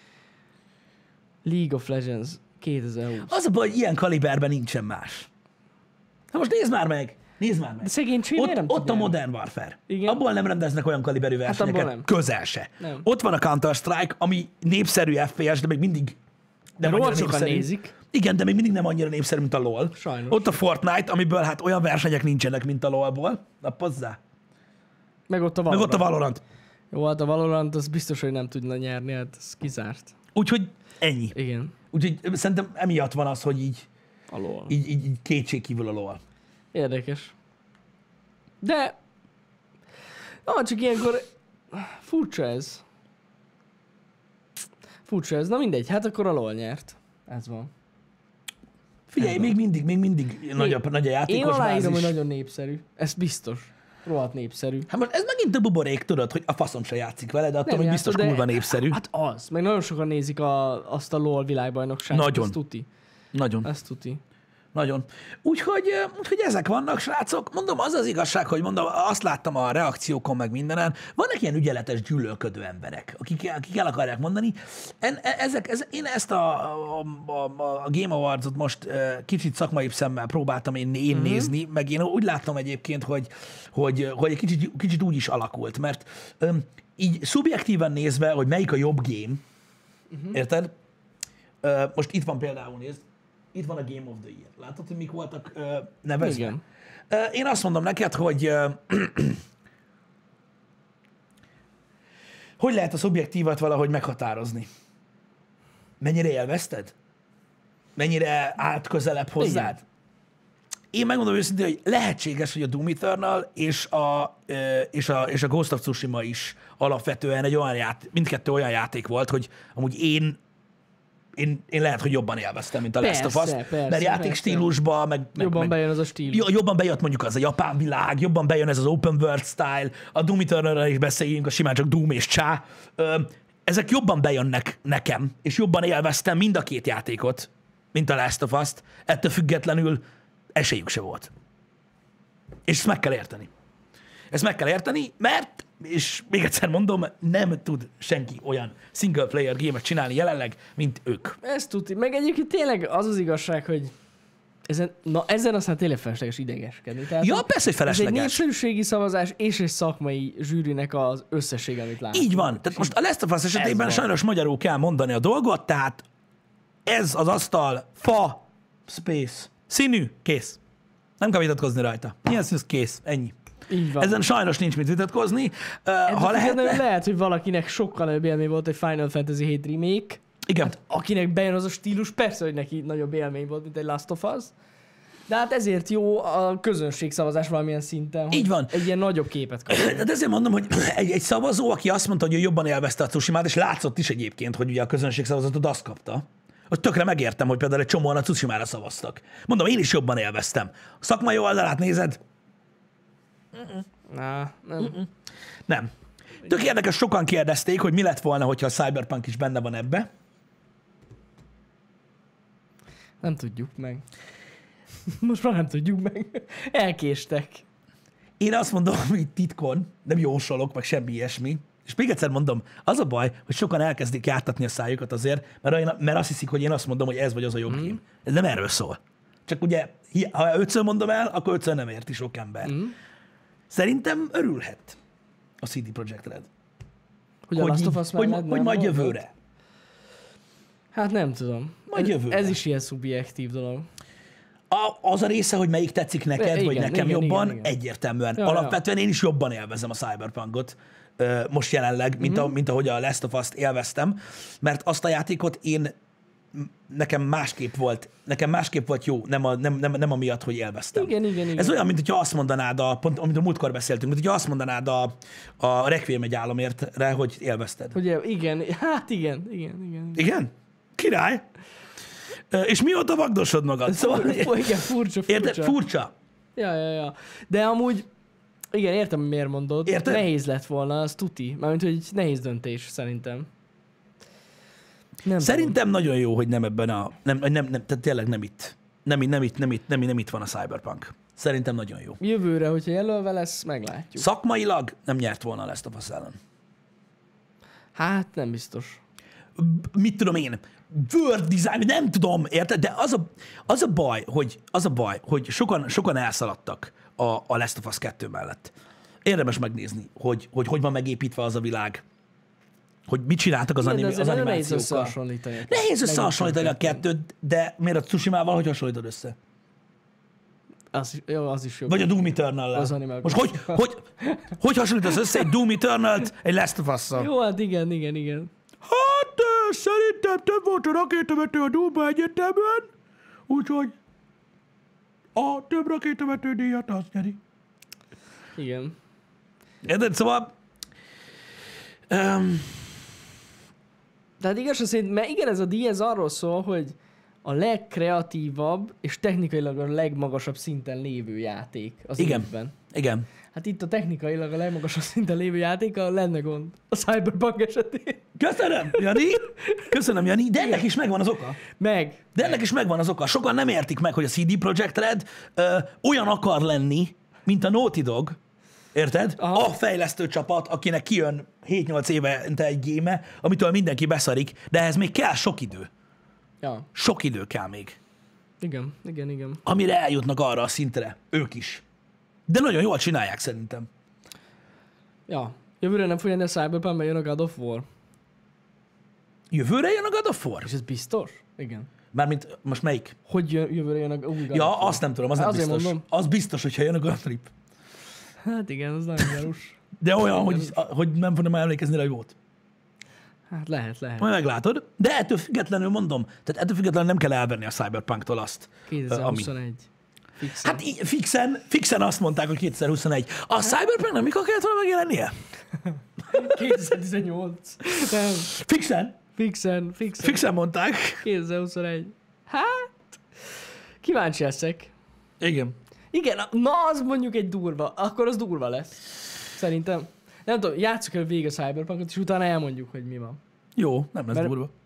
League of Legends kétezer-húsz. Az a baj, hogy ilyen kaliberben nincsen más. Hát most nézd már meg! Nézd már meg! De szegény Csé miért Ott, nem ott tudja? a Modern Warfare. Igen. Abból nem rendeznek olyan kaliberű versenyeket. abból nem. Közel se. Nem. Ott van a Counter-Strike, ami népszerű ef pé es, de még mindig De nem rohadt annyira sokan népszerű. nézik. Igen, de még mindig nem annyira népszerű, mint a LoL. Sajnos. Ott a Fortnite, amiből hát olyan versenyek nincsenek, mint a LoL-ból. Nappozzá. Meg ott a Meg Valorant. ott a Valorant. Jó, hát a Valorant az biztos, hogy nem tudna nyerni, hát ez kizárt. Úgyhogy ennyi. Igen. Úgyhogy szerintem emiatt van az, hogy így, A LoL. így, így, így kétségkívül a LoL. Érdekes. De... Na, csak ilyenkor... Furcsa ez. Furcsa ez. Na mindegy, hát akkor a LoL nyert. Ez van. Figyelj, Ez még mindig, még mindig nagy a, nagy a Én játékos aláírom, hogy bázis. nagyon népszerű. Ez biztos. Rohadt népszerű. Hát most ez megint a buborék, tudod, hogy a faszom se játszik vele, de attól, Nem hogy játszod, biztos de- kurva népszerű. Hát az. Meg nagyon sokan nézik a, azt a LoL világbajnokságot. Nagyon. Ez tuti. Nagyon. Ez tuti. Nagyon. Úgyhogy, ö, úgyhogy ezek vannak, srácok. Mondom, az az igazság, hogy mondom, azt láttam a reakciókon, meg mindenen. Vannak ilyen ügyeletes, gyűlölködő emberek, akik, akik el akarják mondani. En, e- ezek, ez, én ezt a, a, a, a Game Awards-ot most ö, kicsit szakmaibb szemmel próbáltam én, én mm-hmm. nézni, meg én úgy láttam egyébként, hogy, hogy, hogy egy kicsit, kicsit úgy is alakult, mert ö, így szubjektíven nézve, hogy melyik a jobb game, mm-hmm. érted? Ö, most itt van például, nézd, itt van a Game of the Year. Látod, hogy mik voltak ö, nevezve? Igen. Ö, én azt mondom neked, hogy ö, hogy lehet a szubjektívat valahogy meghatározni? Mennyire élvezted? Mennyire állt közelebb hozzád? Igen. Én megmondom őszintén, hogy lehetséges, hogy a Doom Eternal és a, ö, és a, és a Ghost of Tsushima is alapvetően egy olyan játék, mindkettő olyan játék volt, hogy amúgy én Én, én lehet, hogy jobban élveztem, mint a Last of Us, Persze, persze, mert játékstílusban, meg, meg, Jobban meg bejön az a stílus. jo- jobban bejött mondjuk az a japán világ, jobban bejön ez az open world style, a Doom Eternal-re is beszéljünk, a simán csak Doom és csá. Ö, ezek jobban bejönnek nekem, és jobban élveztem mind a két játékot, mint a Last of Us-t. Ettől függetlenül esélyük se volt. És ezt meg kell érteni. Ezt meg kell érteni, mert, és még egyszer mondom, nem tud senki olyan single player game-et csinálni jelenleg, mint ők. Ez tuti. Meg egyébként tényleg az az igazság, hogy ezen, na, ezen aztán tényleg felesleges idegeskedni. Tehát Ja, persze, hogy ez egy felesleges. népszerűségi szavazás és egy szakmai zsűrinek az összessége, amit látunk. Így van. Tehát most a Last of Us esetében van. sajnos magyarul kell mondani a dolgot, tehát ez az asztal, fa, space, színű, kész. Nem kell vitatkozni rajta. Milyen szín, kész, ennyi. Így van. Ezen sajnos nincs mit vitatkozni. Uh, ha Ha lehetne... lehet, lehet, hogy valakinek sokkal nagyobb élmény volt egy Final Fantasy hét remake, Igen. hát akinek bejön az a stílus, persze, hogy neki nagyobb élmény volt, mint egy Last of Us. De hát ezért jó a közönségszavazás valamilyen szinten, hogy Így van. egy ilyen nagyobb képet kap. De ezért mondom, hogy egy, egy szavazó, aki azt mondta, hogy ő jobban élvezte a Tsushimát, és látszott is egyébként, hogy ugye a közönség szavazatot azt kapta, hogy tökre megértem, hogy például egy csomóan a Tsushimára szavaztak. Mondom, én is jobban élveztem. A szakmai oldalát nézed? Nah, nem. Nem. Tök érdekes, sokan kérdezték, hogy mi lett volna, hogyha a Cyberpunk is benne van ebbe. Nem tudjuk meg. Most már nem tudjuk meg. Elkéstek. Én azt mondom, hogy titkon, nem jósolok, meg semmi ilyesmi. És még egyszer mondom, az a baj, hogy sokan elkezdik jártatni a szájukat azért, mert, olyan- mert azt hiszik, hogy én azt mondom, hogy ez vagy az a jobb mm. game. Ez nem erről szól. Csak ugye, hi- ha ötször mondom el, akkor ötször nem érti sok ember. Mm. Szerintem örülhet a cé dé Projekt Red. Hogy, a Last így- of Us hogy, mellett hogy nem majd volt? jövőre. Hát nem tudom. Majd ez, jövőre. ez is ilyen szubjektív dolog. A, az a része, hogy melyik tetszik neked, Igen, vagy nekem igen, jobban, igen, igen. egyértelműen. Ja, Alapvetően én is jobban élvezem a Cyberpunkot ö, most jelenleg, mint, Mhm. a, mint ahogy a Last of Us-t élveztem, mert azt a játékot én nekem másképp volt, nekem másképp volt jó, nem, a, nem, nem, nem amiatt, hogy élveztem. Igen, igen, igen. Ez olyan, mint hogyha azt mondanád, a, pont, amit a múltkor beszéltünk, mint hogyha azt mondanád a, a Requiem egy álomértre, hogy élvezted. Hogy igen, hát igen, igen, igen. Igen? Király! Ö, És mióta vagdosod magad? Szóval, Fú, igen, furcsa, furcsa. érted? Furcsa. Ja, ja, ja. De amúgy, igen, értem, hogy miért mondod. Érted? Nehéz lett volna, az tuti. Mármint, hogy nehéz döntés, szerintem. Nem Szerintem nagyon jó, hogy nem ebben a... Nem, nem, nem, tehát tényleg nem itt. Nem, nem, itt, nem, itt, nem, nem itt van a Cyberpunk. Szerintem nagyon jó. tudom. Jövőre, hogyha jelölve lesz, meglátjuk. Szakmailag nem nyert volna a Last of Us ellen. Hát, nem biztos. B- Mit tudom én? World design, nem tudom, érted? De az a, az a baj, hogy, az a baj, hogy sokan, sokan elszaladtak a, a Last of Us kettő mellett. Érdemes megnézni, hogy, hogy hogy van megépítve az a világ, hogy mit csináltak az, Igen, de animi- az azért nagyon nehéz animációkkal. összehasonlítani. Nehéz összehasonlítani a Megint kettőt, de miért a Tsushima-val hogy hasonlítod össze? Az, is- jó, az is jó. Vagy a Doom Eternal-lel. Az Animal Most hogy, hogy, hogy hasonlítasz össze egy Doom Eternal-t egy Last of Us-szal? Jó, hát igen, igen, igen. Hát ö, szerintem több volt a rakétavető a Doom-ba egyértelműen, úgyhogy a több rakétavető díjat az nyeri. Igen. Érted? Szóval... Um, Tehát igaz, szerint, mert igen, ez a díj ez arról szól, hogy a legkreatívabb és technikailag a legmagasabb szinten lévő játék az Igen. évben. igen. Hát itt a technikailag a legmagasabb szinten lévő játék a lenne gond a Cyberpunk esetén. Köszönöm, Jani! Köszönöm, Jani, de ennek is megvan az oka. Meg. De ennek is megvan az oka. Sokan nem értik meg, hogy a cé dé Projekt Red ö, olyan akar lenni, mint a Naughty Dog, érted? Aha. A fejlesztő csapat, akinek kijön hét-nyolc évente egy géme, amitől mindenki beszarik, de ehhez még kell sok idő. Ja. Sok idő kell még, Igen, igen, igen. amire eljutnak arra a szintre. Ők is. De nagyon jól csinálják szerintem. Ja. Jövőre nem fog jönni a Cyberpunk, mert jön a God of War. Jövőre jön a God of War? És ez biztos? Igen. Mármint most melyik? Hogy jön, jövőre jön a új God of Ja, War. azt nem tudom, az nem Azért biztos. mondom. Az biztos, hogyha jön a God Trip. Hát igen, az nagyon gyanús. De olyan, hogy, hogy nem fogom emlékezni rá, hogy volt. Hát lehet, lehet. Majd meglátod. De ettől függetlenül mondom, tehát ettől függetlenül nem kell elvenni a Cyberpunktól azt. ami. kétezer-huszonegy. Fixen. Hát így, fixen, fixen azt mondták, hogy kétezer-huszonegy. A Cyberpunknak mikor kellett volna megjelennie? kétezer-tizennyolc. Nem. Fixen. Fixen, fixen. Fixen mondták. kétezer-huszonegy. Hát, kíváncsi leszek. Igen. Igen, na az mondjuk egy durva, akkor az durva lesz. Szerintem. Nem tudom, játsszuk el végig a Cyberpunkot, és utána elmondjuk, hogy mi van. Jó, nem lesz Mert- durva.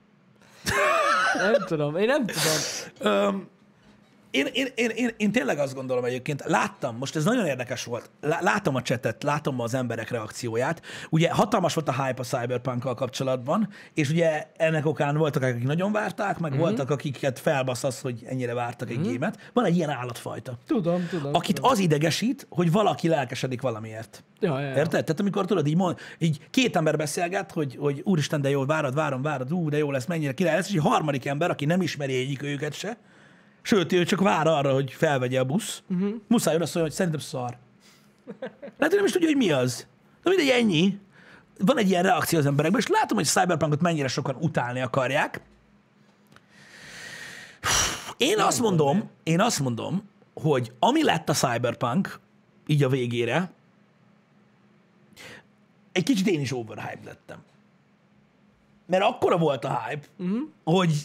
Nem tudom, én nem tudom. Öm, én, én, én, én, én tényleg azt gondolom egyébként, láttam, most ez nagyon érdekes volt, Lá- látom a csetet, látom az emberek reakcióját. Ugye hatalmas volt a hype a Cyberpunkkal kapcsolatban, és ugye ennek okán voltak, akik nagyon várták, meg uh-huh. voltak, akiket felbasz az, hogy ennyire vártak egy uh-huh. gémet. Van egy ilyen állatfajta, Tudom, tudom. akit tudom. az idegesít, hogy valaki lelkesedik valamiért. Ja, ja, ja. Érted? Tehát amikor tudod, így, mond, így két ember beszélget, hogy, hogy úristen, de jó, várad, várom, várad, ú, de jó lesz, mennyire király lesz, és egy harmadik ember, aki nem ismeri egyik őket se, sőt, ő csak vár arra, hogy felvegye a busz, uh-huh. muszáj oda szólni, hogy szerintem szar. Lehet, hogy nem is tudja, hogy mi az. De mindegy, ennyi. Van egy ilyen reakció az emberekben, és látom, hogy Cyberpunkot mennyire sokan utálni akarják. Én azt mondom, én azt mondom, hogy ami lett a Cyberpunk, így a végére, egy kicsit én is overhype lettem. Mert akkora volt a hype, uh-huh. hogy,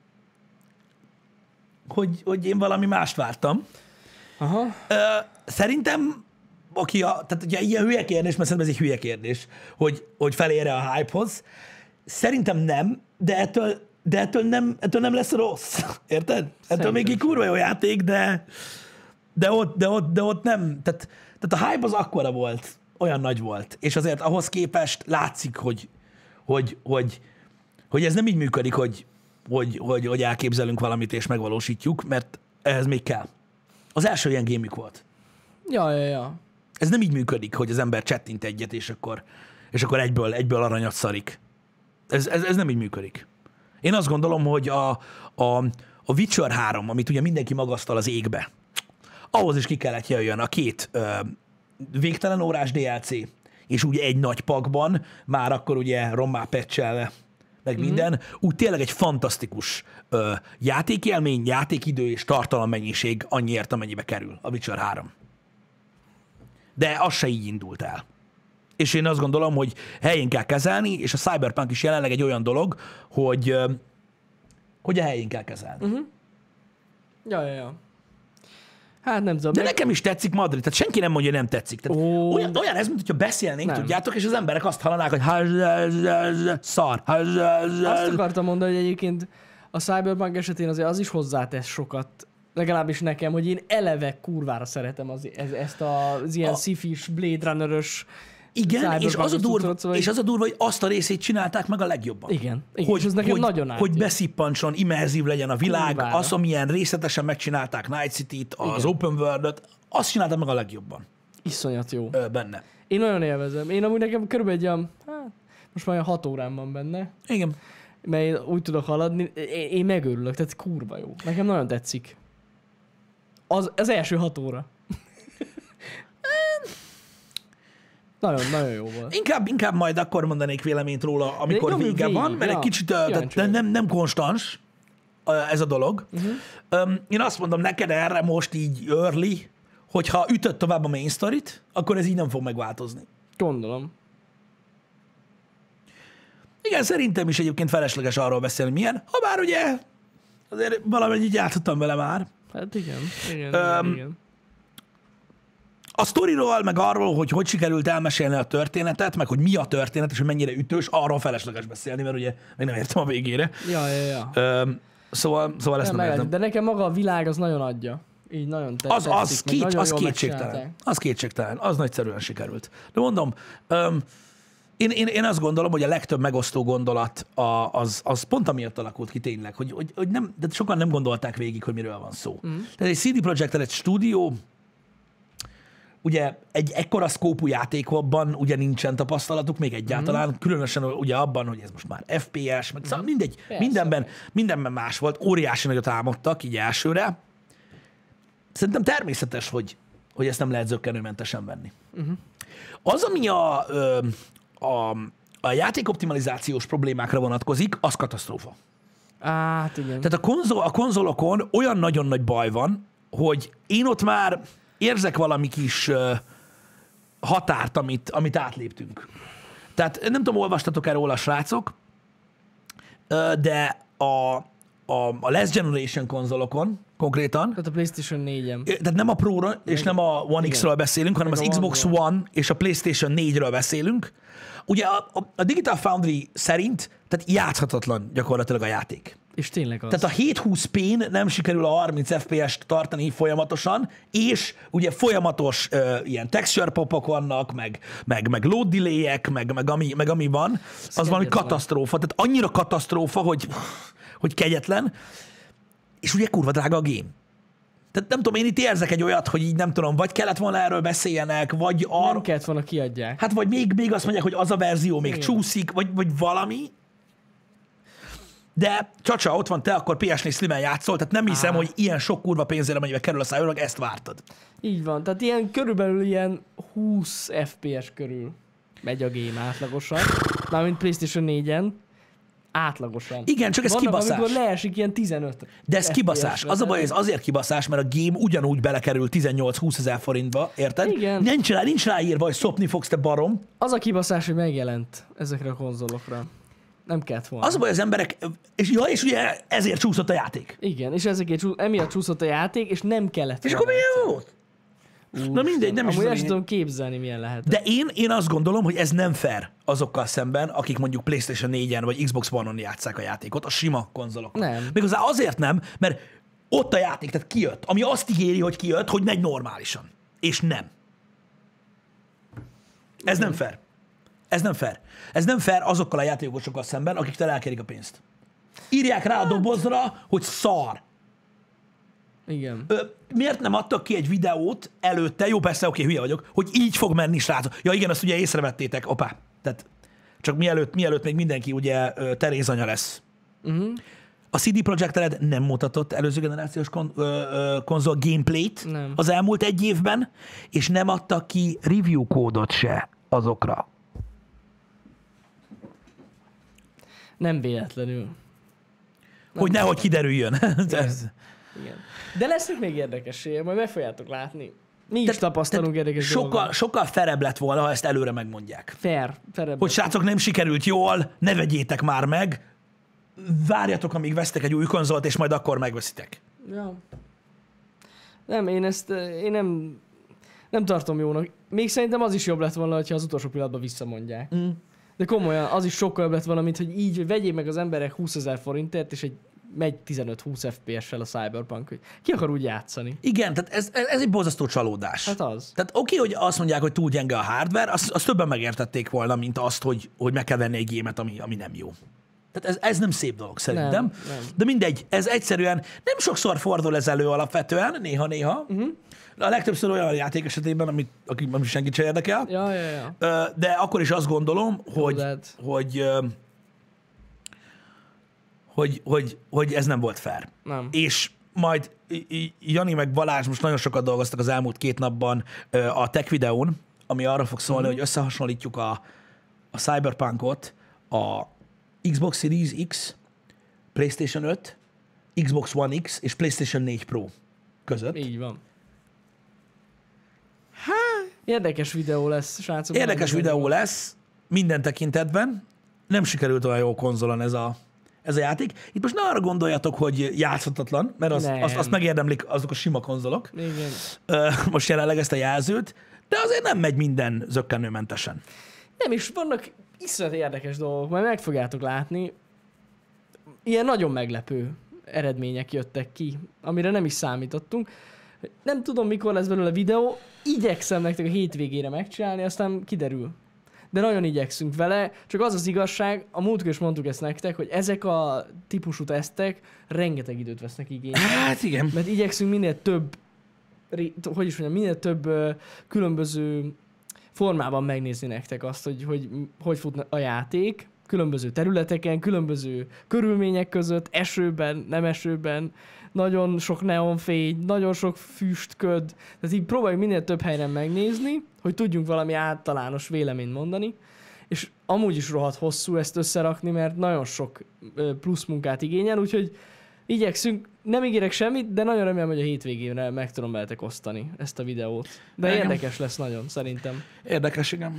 hogy, hogy én valami mást vártam. Aha. Ö, szerintem, aki a, tehát ugye ilyen hülye kérdés, mert szerintem ez egy hülye kérdés, hogy, hogy felére a hype-hoz. Szerintem nem, de ettől, de ettől, nem, ettől nem lesz rossz. Érted? Ettől Szerintem még egy kurva jó játék, de, de, ott, de, ott, de ott nem. Tehát, tehát a hype az akkora volt, olyan nagy volt. És azért ahhoz képest látszik, hogy, hogy, hogy, hogy ez nem így működik, hogy, hogy, hogy, hogy elképzelünk valamit és megvalósítjuk, mert ehhez még kell. Az első ilyen gémük volt. Ja, ja, ja. Ez nem így működik, hogy az ember csettint egyet, és akkor, és akkor egyből, egyből aranyat szarik. Ez, ez, ez nem így működik. Én azt gondolom, hogy a, a, a Witcher három, amit ugye mindenki magasztal az égbe, ahhoz is ki kellett jöjjön a két ö, végtelen órás dé el cé, és ugye egy nagy pakban, már akkor ugye rommá patchelve, meg Mhm. minden, mm-hmm. úgy tényleg egy fantasztikus ö, játékélmény, játékidő és tartalommennyiség annyiért, amennyibe kerül a Witcher három. De az se így indult el. És én azt gondolom, hogy helyén kell kezelni, és a Cyberpunk is jelenleg egy olyan dolog, hogy, ö, hogy a helyén kell kezelni. Uh-huh. Ja, ja, ja. Hát nem tudom. De meg- nekem is tetszik Madrid, tehát senki nem mondja, hogy nem tetszik. Tehát Ó. olyan, olyan ez, mint hogyha beszélnénk, Nem. tudjátok, és az emberek azt hallanák, hogy szar. Azt akartam mondani, hogy egyébként a Cyberpunk esetén azért az is hozzátesz sokat, legalábbis nekem, hogy én eleve kurvára szeretem az, ez, ezt az ilyen A- sci-fis, Blade Runner-ös Igen, és az, a Cyberpunk-os durva, cuccot, szóval és így- az a durva, hogy azt a részét csinálták meg a legjobban. Igen, igen, Hogy, és ez nekem hogy, nagyon hogy átjön. beszippantson, immerzív legyen a világ, Kurvára. az, amilyen részletesen megcsinálták Night City-t, az Igen. Open World-ot, azt csinálták meg a legjobban Iszonyat jó. ö, benne. Én nagyon élvezem. Én amúgy nekem körülbelül egy olyan, hát, Most már olyan hat órán van benne, Igen. mert én úgy tudok haladni, én, én megörülök, tehát kurva jó. Nekem nagyon tetszik. Az, az első hat óra. nagyon, nagyon jó volt. Inkább, inkább majd akkor mondanék véleményt róla, amikor nyomjuk vége végig, van, mert ja. egy kicsit uh, tehát nem, nem, nem konstans uh, ez a dolog. Uh-huh. Um, én azt mondom neked erre most így early, hogyha ütött tovább a main storyt, akkor ez így nem fog megváltozni. Gondolom. Igen, szerintem is egyébként felesleges arról beszélni, milyen. Ha bár ugye azért valamennyit játszottam vele már. Hát igen, igen, Öm, igen. A sztoriról, meg arról, hogy hogy sikerült elmesélni a történetet, meg hogy mi a történet, és hogy mennyire ütős, arról felesleges beszélni, mert ugye még nem értem a végére. Ja, ja, ja. Öm, szóval, szóval ezt Nem, nem, nem értem. de nekem maga a világ az nagyon adja. Így nagyon te- Az, az, tetszik, meg két, nagyon az jól kétségtelen. megcsinálták. Az kétségtelen. Az nagyszerűen sikerült. De mondom, öm, én, én, én azt gondolom, hogy a legtöbb megosztó gondolat a, az, az pont amiatt alakult ki tényleg, hogy, hogy, hogy nem, de sokan nem gondolták végig, hogy miről van szó. Mm. Tehát egy cé dé Projekt Red stúdió, ugye egy ekkora szkópú játékban ugye nincsen tapasztalatuk még egyáltalán, mm. különösen ugye abban, hogy ez most már ef pé es, meg mm. szóval mindegy, mindenben, mindenben más volt, óriási nagyot álmodtak így elsőre. Szerintem természetes, hogy, hogy ezt nem lehet zökkenőmentesen venni. Mm. Az, ami a, a, a játékoptimalizációs problémákra vonatkozik, az katasztrófa. Hát igen. Tehát a, konzol, a konzolokon olyan nagyon nagy baj van, hogy én ott már érzek valami kis uh, határt, amit, amit átléptünk. Tehát nem tudom, olvastatok-e róla, srácok, uh, de a, a, a Last Generation konzolokon konkrétan, Tehát a PlayStation négyen. tehát nem a Pro-ról és nem a One X-ről beszélünk, hanem Meg az a Xbox One-ról. One és a PlayStation négyről beszélünk. Ugye a, a, a Digital Foundry szerint tehát játszhatatlan gyakorlatilag a játék. És tényleg az. Tehát a hétszázhúsz pén nem sikerül a harminc ef pé est tartani folyamatosan, és ugye folyamatos uh, ilyen texture popok vannak, meg, meg, meg load delay-ek, meg, meg, ami, meg ami van, az valami kegyetlen. katasztrófa. Tehát annyira katasztrófa, hogy, hogy kegyetlen, és ugye kurva drága a game. Tehát nem tudom, én itt érzek egy olyat, hogy így nem tudom, vagy kellett volna erről beszéljenek, vagy arra, Nem kellett volna kiadják. hát vagy még, még azt mondják, hogy az a verzió még Igen. csúszik, vagy, vagy valami. De csacsa, ott van te, akkor pé es négy Slim-en játszol, tehát nem hiszem, Á. hogy ilyen sok kurva pénzére, amennyibe kerül a Cyberpunk, ezt vártad. Így van. Tehát ilyen körülbelül ilyen húsz ef pé es körül megy a game átlagosan. Mármint PlayStation négyen. Átlagosan. Igen, csak ez Vannak, kibaszás. amikor leesik ilyen tizenöt. De ez ef pé kibaszás. es-re. Az a baj, ez azért kibaszás, mert a game ugyanúgy belekerül tizennyolc-húsz ezer forintba, érted? Igen. Nincs rá, nincs rá írva, hogy szopni fogsz, te barom. Az a kibaszás, hogy megjelent ezekre a konzolokra. Nem kellett volna. Az a baj, az emberek, és, ja, és ugye ezért csúszott a játék. Igen, és ezekért csú... emiatt csúszott a játék, és nem kellett És volna. akkor milyen volt? Na mindegy, nem is Amúgy az a el sem lényeg. tudom képzelni, milyen lehet. De én, én azt gondolom, hogy ez nem fair azokkal szemben, akik mondjuk PlayStation négyen vagy Xbox One-on játsszák a játékot, a sima konzolokon. Nem. Méghozzá azért nem, mert ott a játék, tehát kijött, ami azt ígéri, hogy kijött, hogy megy normálisan. És nem. Ez nem fair. Ez nem fair. Ez nem fair azokkal a játékosokkal szemben, akiktől elkérik a pénzt. Írják rá a dobozra, hogy szar. Igen. Ö, miért nem adtak ki egy videót előtte, jó persze, oké, hülye vagyok, hogy így fog menni, srácok. Ja igen, azt ugye észrevettétek, opá. Tehát csak mielőtt, mielőtt még mindenki ugye ö, Terézanya lesz. Uh-huh. A cé dé Projekt Red nem mutatott előző generációs kon, ö, ö, konzol gameplayt Nem. az elmúlt egy évben, és nem adtak ki review kódot se azokra. Nem véletlenül. Nem Hogy nehogy kiderüljön. Ez- Igen. De lesznek még érdekességek, majd meg fogjátok látni. Mi is Tehát- tapasztalunk tehát érdekes sokkal, dolgokat. sokkal ferebb lett volna, ha ezt előre megmondják. Fair. Fair. Hogy srácok, nem sikerült jól, ne vegyétek már meg, várjatok, amíg vesztek egy új konzolt, és majd akkor megveszitek. Ja. Nem, én ezt eh, én nem, nem tartom jónak. Még szerintem az is jobb lett volna, ha az utolsó pillanatban visszamondják. Mm. De komolyan, az is sokkal jobb lett volna, mint hogy így vegyék meg az emberek húszezer forintért, és egy megy tizenöt-húsz ef pé es-sel a Cyberpunk, hogy ki akar úgy játszani? Igen, tehát ez, ez egy borzasztó csalódás. Hát az. Tehát oké, okay, hogy azt mondják, hogy túl gyenge a hardware, azt, azt többen megértették volna, mint azt, hogy, hogy meg kell venni egy gémet, ami, ami nem jó. Tehát ez, ez nem szép dolog szerintem. Nem, nem. De mindegy, ez egyszerűen nem sokszor fordul ez elő alapvetően, néha-néha. Uh-huh. A legtöbbször olyan játék esetében, amit, akik nem senkit se érdekel. Ja, ja, ja. De akkor is azt gondolom, hogy, lehet. hogy, hogy, hogy, hogy ez nem volt fair. Nem. És majd Jani meg Balázs most nagyon sokat dolgoztak az elmúlt két napban a tech videón, ami arra fog szólni, uh-huh. hogy összehasonlítjuk a, a Cyberpunkot a Xbox Series X, PlayStation öt, Xbox One X és PlayStation négy Pro között. Így van. Hát, érdekes videó lesz, srácok. Érdekes videó lesz minden tekintetben. Nem sikerült olyan jó konzolon ez a, ez a játék. Itt most ne arra gondoljatok, hogy játszhatatlan, mert az, azt, azt megérdemlik azok a sima konzolok. Igen. Most jelenleg ezt a jelzőt, de azért nem megy minden zökkenőmentesen. Nem, és vannak iszonyat érdekes dolgok, majd meg fogjátok látni. Ilyen nagyon meglepő eredmények jöttek ki, amire nem is számítottunk. Nem tudom, mikor lesz belőle videó, igyekszem nektek a hétvégére megcsinálni, aztán kiderül. De nagyon igyekszünk vele, csak az az igazság, a múltkor is mondtuk ezt nektek, hogy ezek a típusú tesztek rengeteg időt vesznek igénybe. Hát igen. Mert igyekszünk minél több, hogy is mondjam, minél több különböző formában megnézni nektek azt, hogy hogy, hogy fut a játék, különböző területeken, különböző körülmények között, esőben, nem esőben, nagyon sok neonfény, nagyon sok füstköd, tehát így próbáljuk minél több helyen megnézni, hogy tudjunk valami általános véleményt mondani, és amúgy is rohadt hosszú ezt összerakni, mert nagyon sok plusz munkát igényel, úgyhogy igyekszünk, nem ígérek semmit, de nagyon remélem, hogy a hétvégére meg tudom veletek osztani ezt a videót. De igen. Érdekes lesz nagyon, szerintem. Érdekes, igen.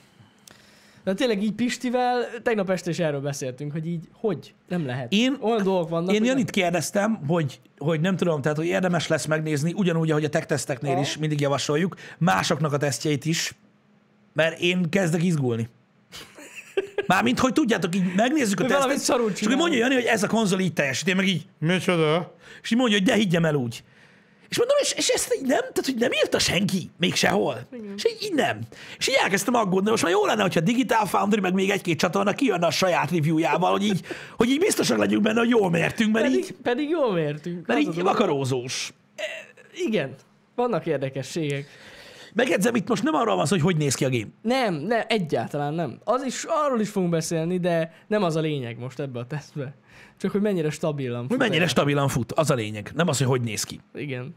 De tényleg így Pistivel, tegnap este is erről beszéltünk, hogy így hogy? Nem lehet. Én, Olyan dolgok vannak. Én Janit kérdeztem, hogy, hogy nem tudom, tehát hogy érdemes lesz megnézni, ugyanúgy, ahogy a tech teszteknél is mindig javasoljuk, másoknak a tesztjeit is, mert én kezdek izgulni. Mármint, hogy tudjátok, így megnézzük a tesztet, és akkor mondja Jani, hogy ez a konzol így teljesít, én meg így, micsoda? És így mondja, hogy de higgyem el úgy. És mondom, és, és ezt így nem, tehát hogy nem írta senki, még sehol. Igen. És így, így nem. És így elkezdtem aggódni, most már jó lenne, hogyha Digital Foundry, meg még egy-két csatorna kijönne a saját reviewjával, hogy így, hogy így biztosak legyünk benne, hogy jól mértünk, mert pedig, így... Pedig jól mértünk. Mert így vakarózós. Igen, vannak érdekességek. Megjegyzem, itt most nem arról van szó, hogy hogy néz ki a game. Nem, nem, egyáltalán nem. Az is, arról is fogunk beszélni, de nem az a lényeg most ebbe a tesztbe. Csak hogy mennyire stabilan fut. Hogy mennyire stabilan fut, az a lényeg. Nem az, hogy hogy néz ki. Igen.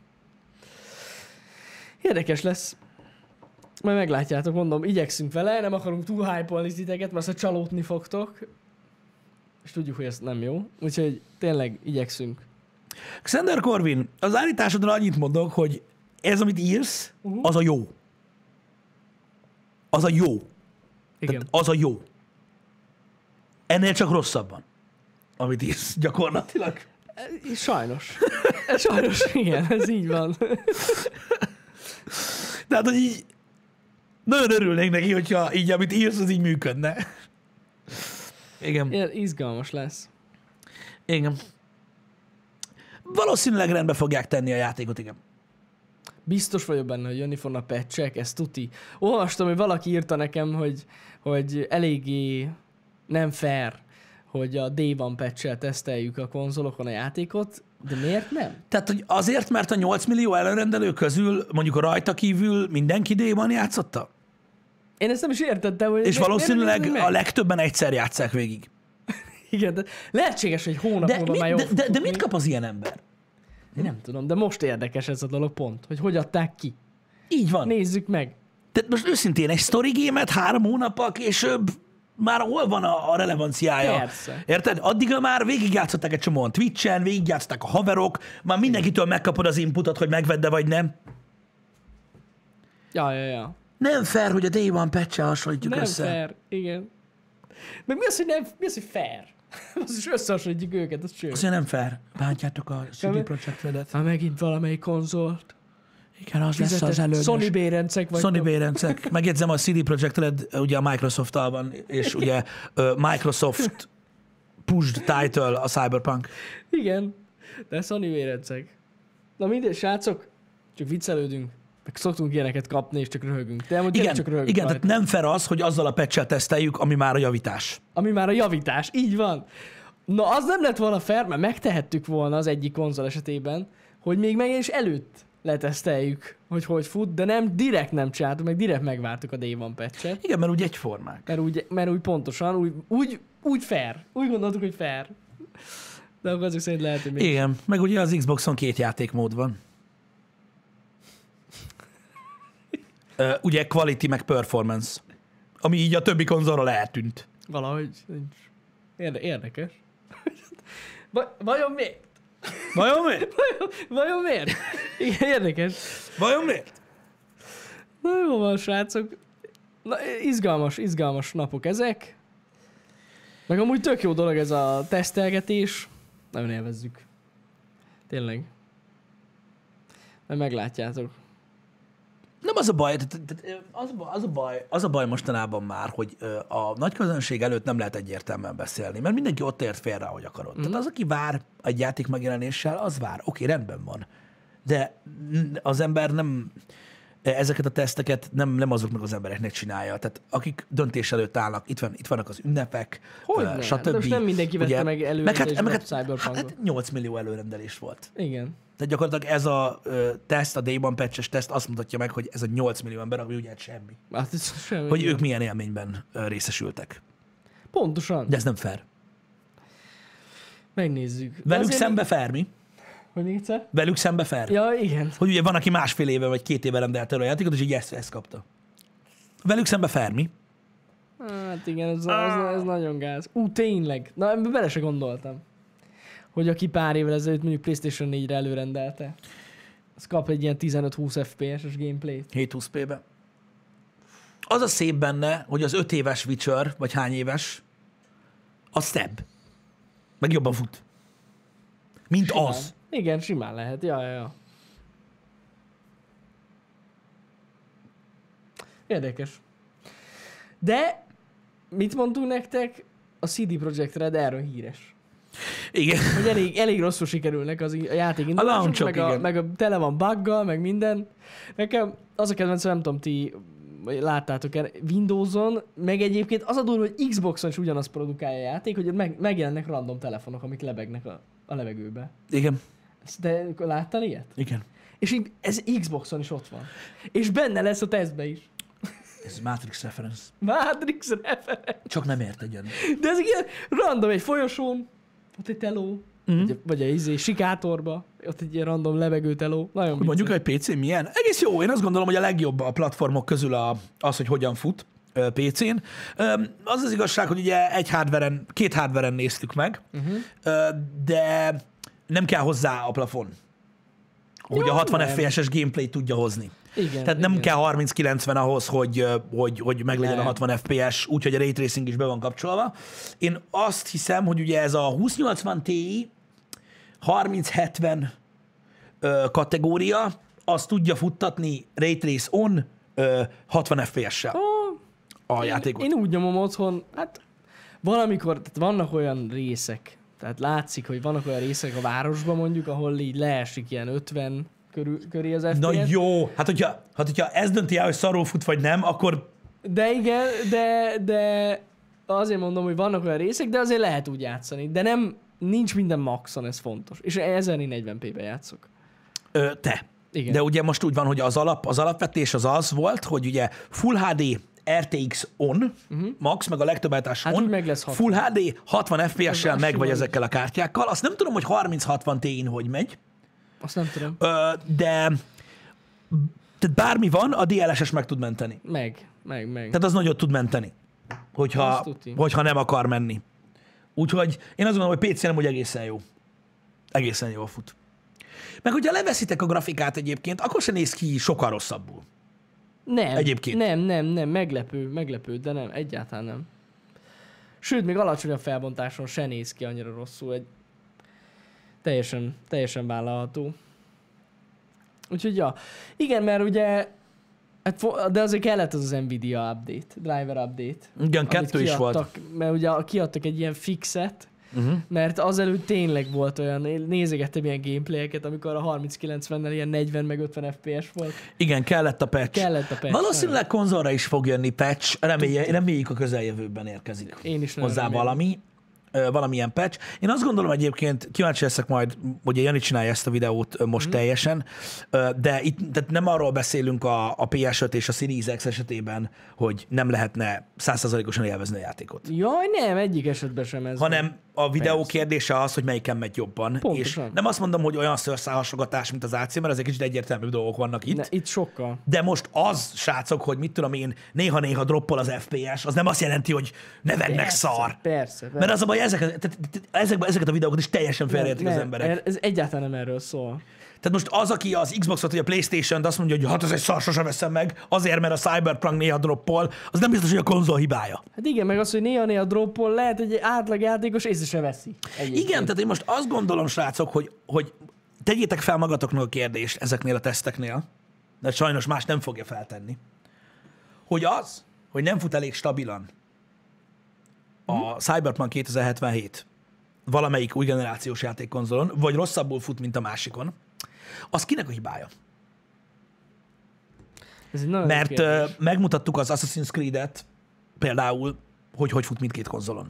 Érdekes lesz. Majd meglátjátok, mondom, igyekszünk vele, nem akarunk túl hype-olni titeket, mert azt csalódni fogtok. És tudjuk, hogy ez nem jó. Úgyhogy tényleg igyekszünk. Xander Corvin, az állításodra annyit mondok, hogy ez, amit írsz, uh-huh. az a jó. Az a jó. Igen. Tehát az a jó. Ennél csak rosszabban, amit írsz gyakorlatilag. Sajnos. Sajnos, igen, ez így van. Tehát, hogy így nagyon örülnék neki, hogyha így, amit írsz, az így működne. Igen. Ilyen izgalmas lesz. Igen. Valószínűleg rendbe fogják tenni a játékot, igen. Biztos vagyok benne, hogy jönni fognak patchek, ez tuti. Olvastam, hogy valaki írta nekem, hogy, hogy eléggé nem fair, hogy a Day One patch-el teszteljük a konzolokon a játékot, de miért nem? Tehát, hogy azért, mert a nyolc millió előrendelő közül mondjuk a rajta kívül mindenki Day One játszotta? Én ezt nem is értettem, hogy... És valószínűleg a legtöbben egyszer játsszák végig. Igen, de lehetséges, hogy hónap de, múlva mit, már jó de, de, de mit kap az ilyen ember? Én nem tudom, de most érdekes ez a dolog pont, hogy hogy adták ki. Így van. Nézzük meg. Tehát most őszintén egy story game-et három hónappal később már hol van a, a relevanciája? Persze. Érted? Addigra már végigjátszották egy csomóan Twitch-en, végigjátszották a haverok, már mindenkitől megkapod az inputot, hogy megvedd vagy nem. Ja, ja, ja. Nem fair, hogy a Day One patch-el hasonlítjuk nem össze. Nem fair, igen. Meg mi az, hogy nem, mi az, hogy fair? Az is összehasonlítjuk őket, az cső. Az, hogy nem fair. Bántjátok a cé dé Projekt Redet. Már megint valamelyik konzolt. Igen, az lesz az elődös. Sony bérencek vagytok. Sony bérencek. Megjegyzem, a cé dé Projekt Red ugye a Microsoft-tal van, és ugye uh, Microsoft pushed title a Cyberpunk. Igen, de Sony bérencek. Na mindegy, srácok, csak viccelődünk. Meg szoktunk ilyeneket kapni, és csak röhögünk. De amúgy Igen, csak röhögünk igen rajta. tehát nem fair az, hogy azzal a patch-el teszteljük, ami már a javítás. Ami már a javítás, így van. Na, az nem lett volna fair, mert megtehettük volna az egyik konzol esetében, hogy még meg is előtt leteszteljük, hogy hogy fut, de nem, direkt nem csináltuk, meg direkt megvártuk a Day One patch-et. Igen, mert úgy egyformák. Mert úgy, mert úgy pontosan, úgy, úgy, úgy fair. Úgy gondoltuk, hogy fair. De akkor azok szerint lehet, hogy még... Igen, meg ugye az Xboxon két játékmód van. uh, ugye quality meg performance, ami így a többi konzolról eltűnt. Valahogy nincs. Érde, érdekes. Va- vajon miért? Vajon miért? Vajon, vajon miért? Igen, érdekes. Vajon miért? Na jó van, srácok. Na, izgalmas, izgalmas napok ezek. Meg amúgy tök jó dolog ez a tesztelgetés. Nagyon élvezzük. Tényleg. Mert meglátjátok. Nem az a baj, tehát- tehát az, a baj- az, a baj, az a baj mostanában már, hogy ö, a nagy közönség előtt nem lehet egyértelműen beszélni, mert mindenki ott ért félre, ahogy akarod. Mm. Tehát az, aki vár egy játék megjelenéssel, az vár. Oké, rendben van. De n- az ember nem ezeket a teszteket nem, nem azoknak az embereknek csinálja. Tehát akik döntés előtt állnak, itt, van, itt vannak az ünnepek, Hogyne? ö, stb. De most nem mindenki vette meg meg hát, előrendelésbe meg a hát, Cyberpunkot. hát nyolc millió előrendelés volt. Igen. Tehát gyakorlatilag ez a ö, teszt, a Day One patch-es teszt azt mutatja meg, hogy ez a nyolc millió ember, ami ugye semmi. Hát ez semmi. Hogy ők milyen élményben ö, részesültek. Pontosan. De ez nem fair. Megnézzük. De Velük azért- szembe fair, mi? Hogy még egyszer? Velük szembe fair. Ja, igen. Hogy ugye van, aki másfél éve vagy két éve rendelt el a játékot, és így ezt, ezt kapta. Velük szembe fair, mi? Hát igen, ez, ez, ez nagyon gáz. Ú, tényleg. Na, ebbe bele se gondoltam. Hogy aki pár évvel ezelőtt mondjuk PlayStation négyre előrendelte, az kap egy ilyen tizenöt-húsz ef pé es-es gameplayt. hét húsz pé-be. Az a szép benne, hogy az öt éves Witcher, vagy hány éves, az szebb. Meg jobban fut. Mint Simán. az. Igen, simán lehet. Ja, ja, ja. Érdekes. De mit mondtunk nektek? A cé dé Projekt Red erről híres. Igen. Hogy elég, elég rosszul sikerülnek az i- a játék indulások, launchok, meg, a, igen. meg a tele van buggal, meg minden. Nekem az a kedvencem, nem tudom, ti vagy láttátok el, Windowson, meg egyébként az a durva, hogy Xboxon is ugyanazt produkálja a játék, hogy meg, megjelennek random telefonok, amik lebegnek a, a levegőbe. Igen. Ezt- De láttál ilyet? Igen. És így ez Xboxon is ott van. És benne lesz a tesztbe is. Ez Matrix reference. Matrix reference. Csak nem ért egyen. De ez ilyen random egy folyosón, ott egy teló, Mhm. vagy, vagy egy izé, sikátorba, ott egy ilyen random levegő teló. Nagyon Hogy mondjuk, vicces. hogy pé cé milyen? Egész jó. Én azt gondolom, hogy a legjobb a platformok közül a, az, hogy hogyan fut ö, pé cén. Ö, Az az igazság, hogy ugye egy hardveren, két hardveren néztük meg, Uh-huh. ö, de nem kell hozzá a plafon, hogy Jó, a hatvan nem. ef pé es-es gameplay tudja hozni. Igen, Tehát nem igen. kell harminc kilencven ahhoz, hogy, ö, hogy, hogy meglegyen Nem. a hatvan ef pé es, úgyhogy a ray tracing is be van kapcsolva. Én azt hiszem, hogy ugye ez a húsz nyolcvan Ti harminc hetven ö, kategória, azt tudja futtatni Ray Trace on ö, hatvan ef pé es-sel Ó, a én, játékot. én úgy nyomom otthon, hát valamikor, tehát vannak olyan részek, tehát látszik, hogy vannak olyan részek a városban mondjuk, ahol így leesik ilyen ötven körül, köré az ef pé es. Na jó, hát hogyha, hát hogyha ez dönti el, hogy szarul fut vagy nem, akkor De igen, de, de azért mondom, hogy vannak olyan részek, de azért lehet úgy játszani. De nem, nincs minden maxon, ez fontos. És ezernégyszáz pé-ben játszok. ö, te. Igen. De ugye most úgy van, hogy az, alap, az alapvetés az az volt, hogy ugye Full há dé er té iksz on, uh-huh. max, meg a legtöbb állítás Hát on, úgy meg lesz hatvan. Full há dé hatvan ef pé es-sel Az meg vagy simán. ezekkel a kártyákkal. Azt nem tudom, hogy harminc hatvan Ti-n hogy megy, Azt nem tudom. ö, de tehát bármi van, a dé el es es meg tud menteni. Meg, meg, meg. Tehát az nagyot tud menteni, hogyha, Azt tuti. hogyha nem akar menni. Úgyhogy én azt gondolom, hogy pé cén amúgy egészen jó. Egészen jól fut. Meg hogyha leveszitek a grafikát egyébként, akkor se néz ki sokkal rosszabbul. Nem. Egyébként. Nem, nem, nem. Meglepő, meglepő, de nem. Egyáltalán nem. Sőt, még alacsonyabb felbontáson se néz ki annyira rosszul. Egy teljesen, teljesen vállalható. Úgyhogy ja. Igen, mert ugye hát, fo- de azért kellett az az Nvidia update, driver update. Igen, amit kettő is volt. kiadtak, mert ugye kiadtak egy ilyen fixet, uh-huh. mert azelőtt tényleg volt olyan, nézegettem ilyen gameplayeket, amikor a harminc kilencvennel ilyen negyven meg ötven ef pé es volt. Igen, kellett a patch. Kellett a patch. Valószínűleg nagyon. Konzolra is fog jönni patch, Remélj, reméljük a közeljövőben érkezik Én is hozzá remélem. valami. Valamilyen patch. Én azt gondolom egyébként, kíváncsi leszek majd, ugye Jani csinálja ezt a videót most mm. teljesen, de itt tehát nem arról beszélünk a, a pé es öt és a Series X esetében, hogy nem lehetne száz százalékosan élvezni a játékot. Jaj, nem, egyik esetben sem ez. Hanem a videó Persze. kérdése az, hogy melyiken megy jobban. Pontosan. És nem azt mondom, hogy olyan szőrszálhasogatás, mint az á cé, mert azért kicsit egyértelműbb dolgok vannak itt. Ne, itt sokkal. De most az, srácok, hogy mit tudom én, néha-néha droppol az ef pé es, az nem azt jelenti, hogy ne vedd meg szar. Persze, persze. Mert az a baj, ezeket, tehát, ezekben, ezeket a videókat is teljesen félreértik az emberek. Ez egyáltalán nem erről szól. Tehát most az, aki az Xboxot vagy a PlayStation-t azt mondja, hogy hát ez egy szar, sosem veszem meg, azért, mert a Cyberpunk néha droppol, az nem biztos, hogy a konzol hibája. Hát igen, meg az, hogy néha-néha droppol, lehet, hogy egy átlagjátékos észre se veszi. Egyébként. Igen, tehát én most azt gondolom, srácok, hogy, hogy tegyétek fel magatoknak a kérdést ezeknél a teszteknél, de sajnos más nem fogja feltenni, hogy az, hogy nem fut elég stabilan a hmm. Cyberpunk kétezer-hetvenhét valamelyik új generációs játékkonzolon, vagy rosszabbul fut, mint a másikon, az kinek a hibája? Ez egy Mert uh, megmutattuk az Assassin's Creed-et például, hogy hogy fut mindkét konzolon.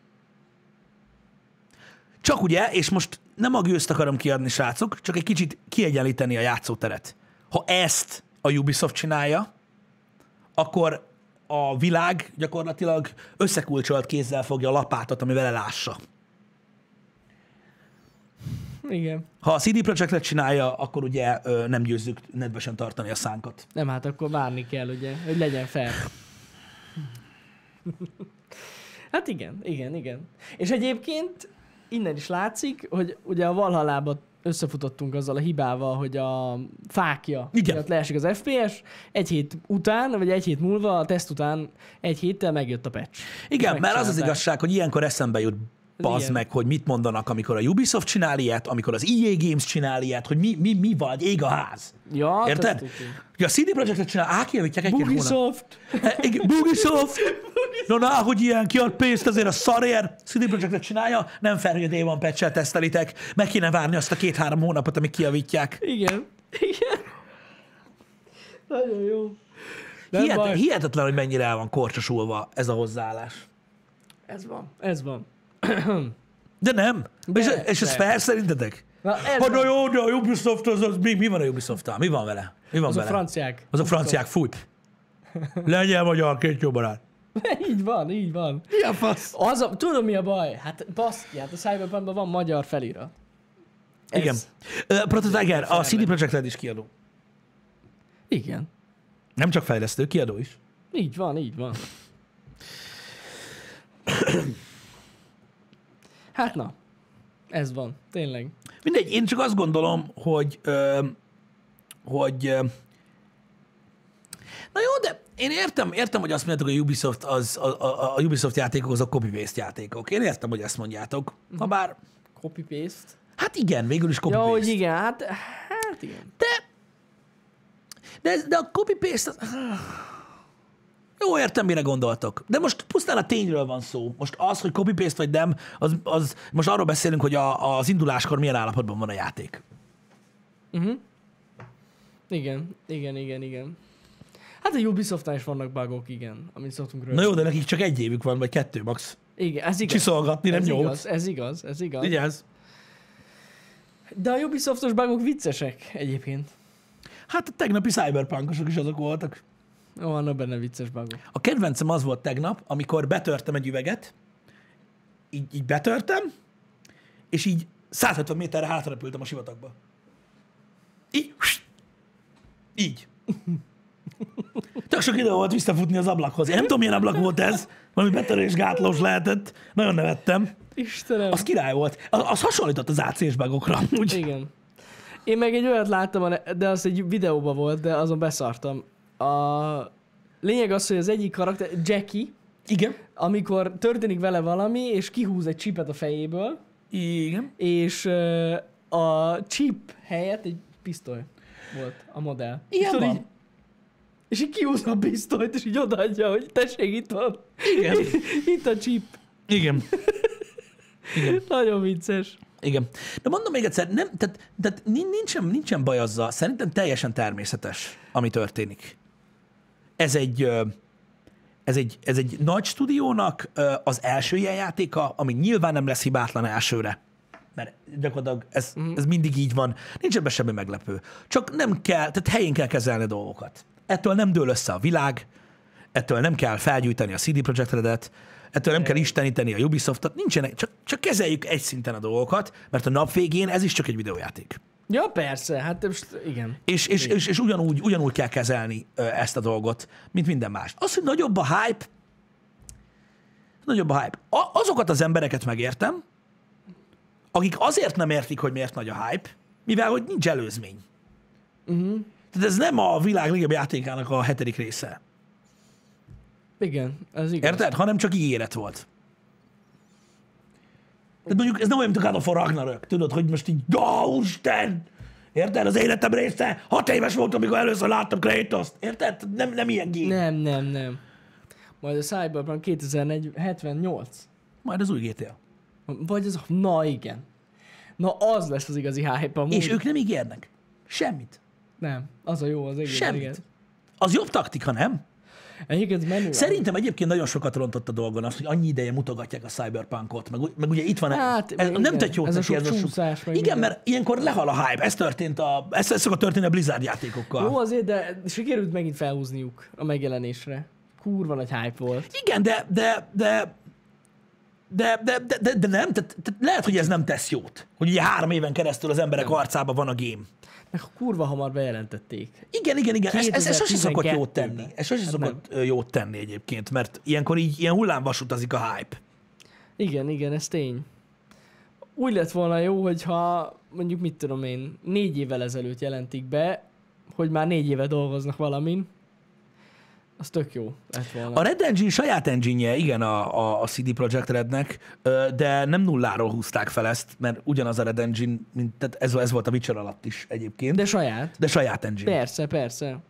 Csak ugye, és most nem a gőzt akarom kiadni, srácok, csak egy kicsit kiegyenlíteni a játszóteret. Ha ezt a Ubisoft csinálja, akkor a világ gyakorlatilag összekulcsolt kézzel fogja a lapátot, ami vele lássa. Igen. Ha a cé dé Projekt Red csinálja, akkor ugye ö, nem győzzük nedvesen tartani a szánkat. Nem, hát akkor várni kell, ugye, hogy legyen fair. Hát igen, igen, igen. És egyébként innen is látszik, hogy ugye a Valhallában összefutottunk azzal a hibával, hogy a fákja miatt leesik az ef pé es, egy hét után, vagy egy hét múlva, a teszt után egy héttel megjött a patch. Igen, mert az az igazság, hogy ilyenkor eszembe jut bazd meg, hogy mit mondanak, amikor a Ubisoft csinál ilyet, amikor az é á Games csinál ilyet, hogy mi, mi, mi van, ég a ház. Ja, érted? Hogy a cé dé Projektet csinál, átkijavítják egy-két hónap. Bugisoft! Bugisoft! No, na, hogy ilyen kiad pénzt azért a szarért, cé dé Projektet csinálja, nem fel, hogy a Day One patch-el tesztelitek, meg kéne várni azt a két-három hónapot, amíg kijavítják. Igen, igen. Nagyon jó. Hihetetlen, hihetetlen, hogy mennyire el van korcsosulva ez a hozzáállás. Ez van, ez van. De nem. De, és, és ez fair szerintetek? Na, hát na jó, de a Ubisoft az, az mi, mi van a Ubisoft-tal? Mi van vele? Mi van az vele? a franciák. Az a franciák, fúj. Legyen magyar, két jó barát. Így van, így van. Milyen fasz? Az a, tudom mi a baj? Hát baszki, hát a Cyberpunkban van magyar felirat. Ez, igen. Uh, Prototiger, a cé dé Projekt Red is kiadó. Igen. Nem csak fejlesztő, kiadó is. Így van, így van. Hát na, ez van, tényleg. Mindegy, én csak azt gondolom, hogy, ö, hogy ö, na jó, de én értem, értem, hogy azt mondjátok, hogy a Ubisoft, az, a, a, a Ubisoft játékok azok copy-paste játékok. Én értem, hogy ezt mondjátok. Ha bár... Copy-paste? Hát igen, végül is copy-paste. Ja, hogy igen, hát, hát igen. De, de, de a copy-paste... Jó, értem, mire gondoltok. De most pusztán a tényről van szó. Most az, hogy copy-paste vagy nem, az, az most arról beszélünk, hogy a, az induláskor milyen állapotban van a játék. Uh-huh. Igen, igen, igen, igen. Hát a Ubisoftnál is vannak bugok, igen, amit szoktunk rögtön. Na jó, de nekik csak egy évük van, vagy kettő max. Igen, ez igaz. Csiszolgatni, nem ez nyolc. Igaz, ez igaz, ez igaz. Vigyázz. De a Ubisoftos bugok viccesek egyébként. Hát a tegnapi Cyberpunkosok is azok voltak. Ó, vannak benne vicces bugok. A kedvencem az volt tegnap, amikor betörtem egy üveget, így, így betörtem, és így száz hetven méterre hátrarepültem a sivatagba. Így. Így. Tök sok idő volt visszafutni az ablakhoz. Én nem tudom, milyen ablak volt ez, valami betörésgátlós lehetett. Nagyon nevettem. Istenem. Az király volt. Az, az hasonlított az á cés bugokra. Úgy. Igen. Én meg egy olyat láttam, de az egy videóban volt, de azon beszartam. A lényeg az, hogy az egyik karakter, Jackie, igen, amikor történik vele valami, és kihúz egy csipet a fejéből, igen, és uh, a chip helyett egy pisztoly volt a modell. Igen, és, van. így, és így kihúzza a pisztolyt, és így odaadja, hogy tessék, itt van. Igen. Itt a chip. Igen. Igen. Nagyon vicces. Igen. De mondom még egyszer, nem, tehát, tehát nincsen, nincsen baj azzal, szerintem teljesen természetes, ami történik. Ez egy, ö, ez egy, ez egy nagy stúdiónak ö, az első ilyen játéka, ami nyilván nem lesz hibátlan elsőre. Mert gyakorlatilag ez, uh-huh. ez mindig így van. Nincs ebben semmi meglepő. Csak nem kell, tehát helyén kell kezelni dolgokat. Ettől nem dől össze a világ, ettől nem kell felgyújtani a cé dé Projekt Redet, ettől nem kell isteníteni a Ubisoftot, nincsenek, csak, csak kezeljük egy szinten a dolgokat, mert a nap végén ez is csak egy videójáték. Ja, persze, hát most igen. És, és, és, és ugyanúgy, ugyanúgy kell kezelni ezt a dolgot, mint minden más. Az, hogy nagyobb a hype, nagyobb a hype. A, azokat az embereket megértem, akik azért nem értik, hogy miért nagy a hype, mivel hogy nincs előzmény. Uh-huh. Tehát ez nem a világ legjobb játékának a hetedik része. Igen, ez igaz. Érted? Hanem csak ígéret volt. Tehát mondjuk ez nem olyan, mint a God of War Ragnarök. Tudod, hogy most így, ó, Isten! Érted? Az életem része. Hat éves voltam, amikor először láttam Kratos-t. Érted? Nem, nem ilyen gé. Nem, nem, nem. Majd a Cyberpunk kétezer-hetvennyolc. Majd az új gé té á. Vagy az, na igen. Na az lesz az igazi hype amúgy. És ők nem ígérnek. Semmit. Nem, az a jó az egész. Semmit. Igen. Az jobb taktika, nem? Egyébként menő. Szerintem egyébként nagyon sokat rontott a dolgon az, hogy annyi ideje mutogatják a Cyberpunkot, meg, meg ugye itt van, Hát, ez, igen. nem tett jót Ez a neki, sok ez a sok csúszás, meg igen, minden. mert ilyenkor lehal a hype, ez történt a, ez, ez szokott történni a Blizzard játékokkal. Jó azért, de sikerült megint felhúzniuk a megjelenésre. Kurva nagy hype volt. Igen, de, de, de, de, de, de, de, de nem, tehát, tehát lehet, hogy ez nem tesz jót, hogy ugye három éven keresztül az emberek nem. arcában van a game. Meg kurva hamar bejelentették. Igen, igen, igen, ez, ez, ez sose szokott jót tenni. kétezer-tizenkettőben. Ez sose Hát szokott nem. jót tenni egyébként, mert ilyenkor így ilyen hullámvasutazik a hype. Igen, igen, ez tény. Úgy lett volna jó, hogyha mondjuk mit tudom én, négy évvel ezelőtt jelentik be, hogy már négy éve dolgoznak valamin. Az tök jó lett volna. A Red Engine saját engine igen, a, a, a cé dé Projekt Rednek, ö, de nem nulláról húzták fel ezt, mert ugyanaz a Red Engine, mint, tehát ez, ez volt a Witcher alatt is egyébként. De saját. De saját engine. Persze, persze.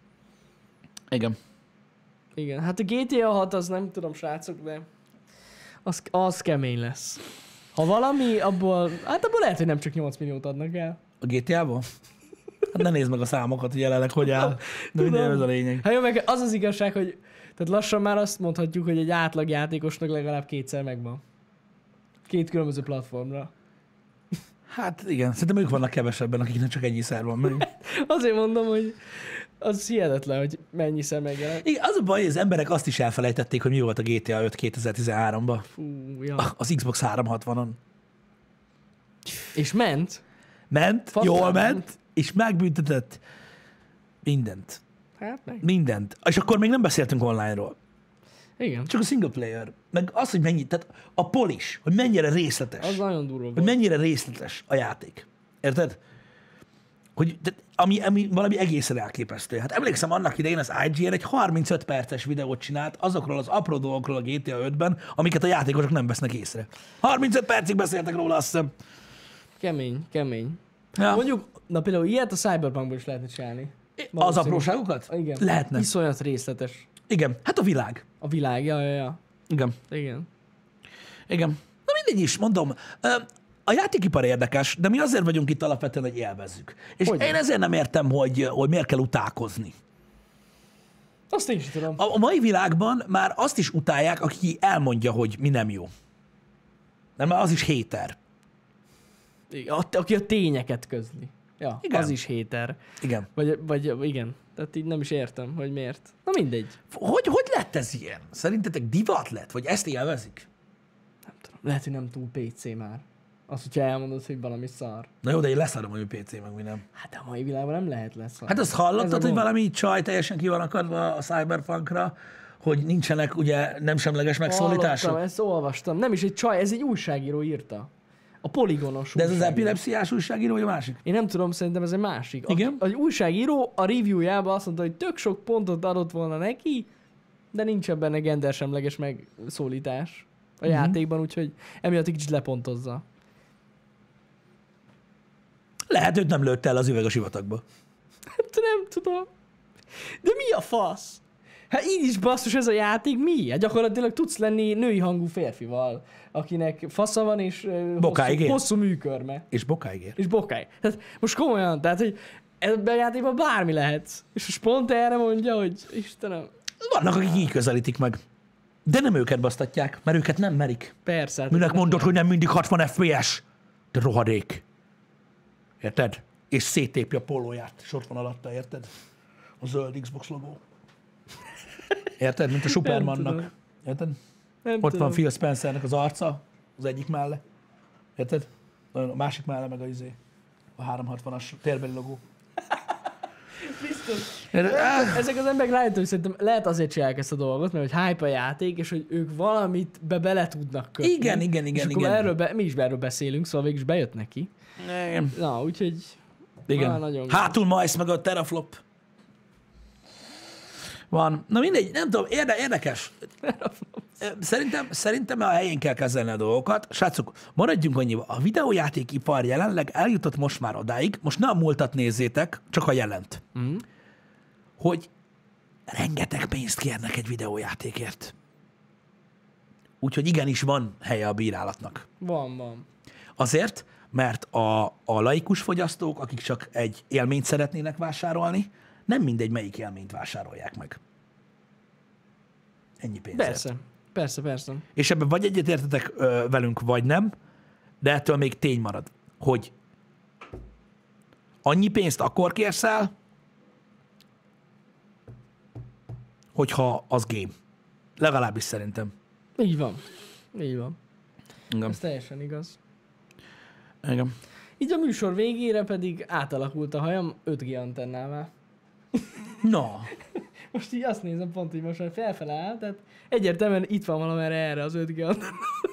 Igen. Igen, hát a gé té á hat az nem tudom, srácok, de az, az kemény lesz. Ha valami, abból, hát abból lehet, hogy nem csak nyolc milliót adnak el. A gé té á-ból? Hát ne nézd meg a számokat, hogy jelenleg hogy áll. De minden ez a lényeg. Hát jó, meg az az igazság, hogy tehát lassan már azt mondhatjuk, hogy egy átlagjátékosnak legalább kétszer megvan. Két különböző platformra. Hát igen, szerintem ők vannak kevesebben, akiknek csak ennyiszer van meg. Azért mondom, hogy az hihetetlen, hogy mennyiszer megjelent. Igen, az a baj, hogy az emberek azt is elfelejtették, hogy mi volt a gé té á öt kétezer-tizenháromban. Fú, ja. Az Xbox háromszázhatvanon. És ment. Ment, Faszán jól ment. ment, és megbüntetett mindent. Hát meg. Mindent. És akkor még nem beszéltünk online-ról. Igen. Csak a single player. Meg az, hogy mennyi, tehát a polish, hogy mennyire részletes. Az nagyon durva Hogy volt. mennyire részletes a játék. Érted? Hogy, tehát, ami, ami valami egészen elképesztő. Hát emlékszem, annak idején az i gé en egy harmincöt perces videót csinált azokról az apró dolgokról a gé té á ötben, amiket a játékosok nem vesznek észre. harmincöt percig beszéltek róla, azt hiszem. Kemény, kemény. Ja. Mondjuk, na például ilyet a Cyberpunkból is lehetne csinálni. Az Valószínű. apróságokat? Igen. Lehetne. Iszonyat részletes. Igen. Hát a világ. A világ, ja, ja, ja. Igen. Igen. Igen. Na mindegy is, mondom. Ö, A játékipar érdekes, de mi azért vagyunk itt alapvetően, hogy élvezzük. És Hogyne? én ezért nem értem, hogy, hogy miért kell utálkozni. Azt én is tudom. A, a mai világban már azt is utálják, aki elmondja, hogy mi nem jó. Nem, az is héter. Igen, a- aki a tényeket közli. Ja, Igen. az is héter. Igen. Vagy, vagy igen. Tehát így nem is értem, hogy miért. Na mindegy. Hogy, hogy lett ez ilyen? Szerintetek divat lett? Vagy ezt élvezik? Nem tudom. Lehet, hogy nem túl pé cé már. Az, hogyha elmondod, hogy valami szar. Na jó, de én leszarom, hogy pé cé meg mi nem. Hát a mai világban nem lehet lesz. Hát azt Ez a hallottad, hogy gond. valami csaj teljesen ki van akadva a Cyberpunkra, hogy nincsenek ugye nem semleges megszólítások? Hallottam, ezt olvastam. Nem is egy csaj, ez egy újságíró írta. A poligonos De ez az újságíró. epilepsziás újságíró, vagy a másik? Én nem tudom, szerintem ez egy másik. Igen? A, az újságíró a reviewjában azt mondta, hogy tök sok pontot adott volna neki, de nincsen benne gendersemleges megszólítás a Mhm. játékban, úgyhogy emiatt egy kicsit lepontozza. Lehet, őt nem lőtte el az üveg a sivatagba. Hát nem tudom. De mi a fasz? Hát így is basszus ez a játék mi? Hát gyakorlatilag tudsz lenni női hangú férfival, akinek fasza van és ö, Bokáig hosszú, ér. hosszú műkörme. És bokáig ér. És bokáig. Tehát most komolyan, tehát hogy ebben a játékban bármi lehet. És most pont erre mondja, hogy Istenem, Vannak, akik így közelítik meg. De nem őket basztatják, mert őket nem merik. persze. hát Minek nem- mondod, hogy nem mindig hatvan ef pé es? De rohadék. Érted? És széttépje a pólóját, és ott van alatta, érted? A zöld Xbox logó. Érted? Mint a Supermannak. tudom. Érted? Nem Ott tudom. van Phil Spencernek az arca, az egyik melle. Érted? A másik melle meg a izé. A háromszázhatvanas térbeli logó. Biztos. Érted? Ah, Ezek az emberek rájöttek, hogy szerintem lehet azért csinálják ezt a dolgot, mert hogy hype a játék, és hogy ők valamit be bele tudnak kötni. Igen, igen, igen, és akkor igen. Erről be, mi is erről beszélünk, szóval végig is bejött neki. Igen. Na, úgyhogy... Igen. Ah, nagyon Hátul majsz meg a teraflop. Van. Na mindegy, nem tudom, érde, érdekes. Szerintem, szerintem a helyén kell kezelni a dolgokat. Srácok, maradjunk annyiba. A videójátékipar jelenleg eljutott most már odáig, most nem a múltat nézzétek, csak a jelent. Mm. Hogy rengeteg pénzt kérnek egy videójátékért. Úgyhogy igenis van helye a bírálatnak. Van, van. Azért, mert a, a laikus fogyasztók, akik csak egy élményt szeretnének vásárolni, nem mindegy, melyik élményt vásárolják meg. Ennyi pénzért. Persze. Persze, persze. És ebben vagy egyetértetek ö, velünk, vagy nem, de ettől még tény marad, hogy annyi pénzt akkor kérsz el, hogyha az game. Legalábbis szerintem. Így van. Így van. Igen. Ez teljesen igaz. Igen. Így a műsor végére pedig átalakult a hajam öt G antennává. Na, Most így azt nézem pont, hogy most már felfele áll, tehát egyértelműen itt van valamerre erre az öt G antenna.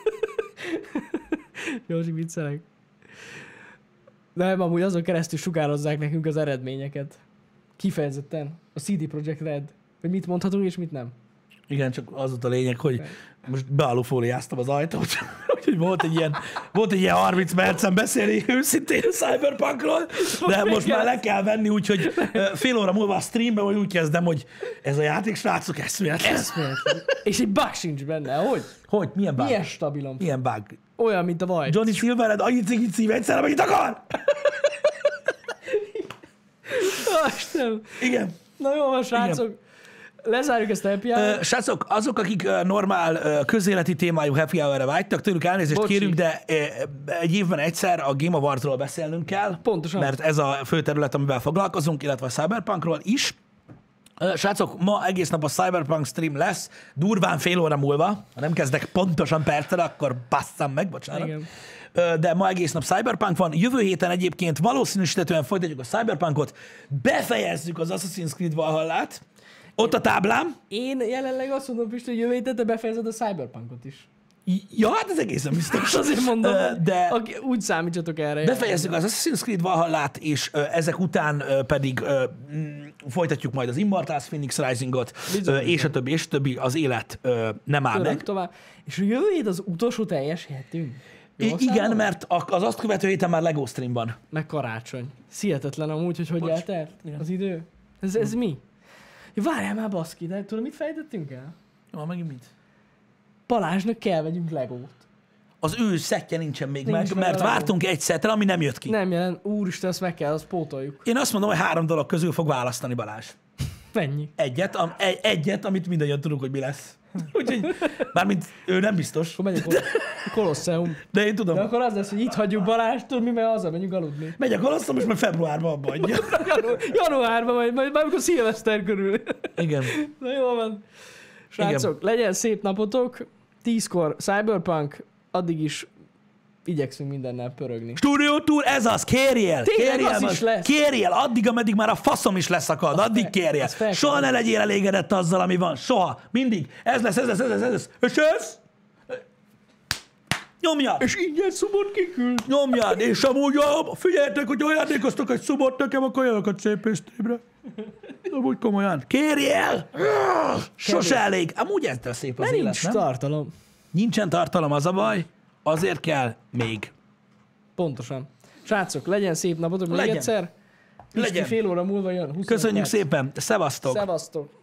Józsi, viccelek. De nem, amúgy azon keresztül sugározzák nekünk az eredményeket. Kifejezetten. A cé dé Projekt Red. Hogy mit mondhatunk és mit nem. igen, csak az volt a lényeg, hogy most bealufóliáztam az ajtót, úgyhogy volt egy ilyen, volt egy ilyen harminc percen beszélni őszintén a Cyberpunkról, de most már le kell venni, úgyhogy ö, fél óra múlva a streamben vagy úgy kezdem, hogy ez a játék, srácok, eszméletlen. Eszméletlen. És egy bug sincs benne, hogy? Hogy? Milyen bug? Milyen stabilon. Milyen bug? Olyan, mint a vaj. Johnny Silverhand annyit cigit szív egyszerre, amennyit akar? Istenem. Igen. Na jó van, srácok. Lezárjuk ezt a happy hour. Ö, Srácok, azok, akik ö, normál ö, közéleti témájú happy hour-re vágytak, tőlük elnézést Bocsi. kérünk, de ö, egy évben egyszer a Game Awards-ról beszélnünk kell. Pontosan. Mert ez a fő terület, amivel foglalkozunk, illetve a Cyberpunkról is. Ö, Srácok, ma egész nap a Cyberpunk stream lesz, durván fél óra múlva. Ha nem kezdek pontosan percre, akkor basszam meg, bocsánat. Igen. Ö, De ma egész nap Cyberpunk van. Jövő héten egyébként valószínűsítetően folytatjuk a Cyberpunkot, befejezzük az Assassin's Creed Valhallát. Ott a táblám. Én jelenleg azt mondom, Pisti, hogy jövő héten te befejezed a Cyberpunkot is. Ja, hát ez egészen biztos. Azért mondom, Ö, de aki, úgy számítsatok erre. befejezzük az Assassin's Creed Valhallát, és ö, ezek után ö, pedig ö, mm, folytatjuk majd az Immortals Phoenix Risingot, Bizony, ö, és bizony. a többi, és a többi. Az élet ö, nem áll Örök meg. tovább. És a jövő hét az utolsó teljes hetünk. Jól I- igen, számolom? mert a- az azt követő héten már Lego stream van. Meg karácsony. Hihetetlen amúgy, hogy hogy Bocs. eltelt Igen. az idő. Ez, ez mi? Ja, várjál már baszki, de tudod, mit fejtettünk el? Ja, megint mit? Balázsnak kell vegyünk Legót. Az ő szettje nincsen még Nincs meg, meg mert a Lego. vártunk egy szettre, ami nem jött ki. Nem jelen, úristen, ezt meg kell, azt pótoljuk. Én azt mondom, hogy három dolog közül fog választani Balázs. Mennyi? Egyet, am, egy, egyet amit mindannyian tudunk, hogy mi lesz. Úgyhogy, mármint ő nem biztos, Akkor megyünk oda. Kolosseum. de én tudom. De akkor az lesz, hogy itt hagyjuk Balást, tudod, mi meg haza menjünk aludni. Megy a kolosszom, és majd februárban abba adja. Janu- Januárban, majd, majd, majd amikor szilveszter körül. Igen. Na jó van. Srácok, Igen. legyen szép napotok. Tízkor Cyberpunk, addig is igyekszünk mindennel pörögni. Studio Tour, ez az, kérjél! Tényleg, Kérjél, az most, is lesz. kérjél, addig, ameddig már a faszom is leszakad, addig fel- kérjél. azt fel Soha kell. ne legyél elégedett azzal, ami van. Soha. Mindig. Ez lesz, ez lesz, ez lesz, ez lesz. És ez? Nyomjad! És ingyen szubot kiküld. Nyomjad! És amúgy, ja, figyeljetek, hogy ajándékoztok egy szubot nekem, akkor jövök szép pénztébre. Amúgy komolyan. Kérjél! Sose elég. Amúgy ezzel szép az Mert élet, nincs nem? tartalom. Nincsen tartalom, az a baj. Azért kell még. Pontosan. Srácok, legyen szép napotok még Legyen. egyszer. Pisti Legyen. fél óra múlva jön. huszonöt Köszönjük perc. szépen. Szevasztok! Szevasztok.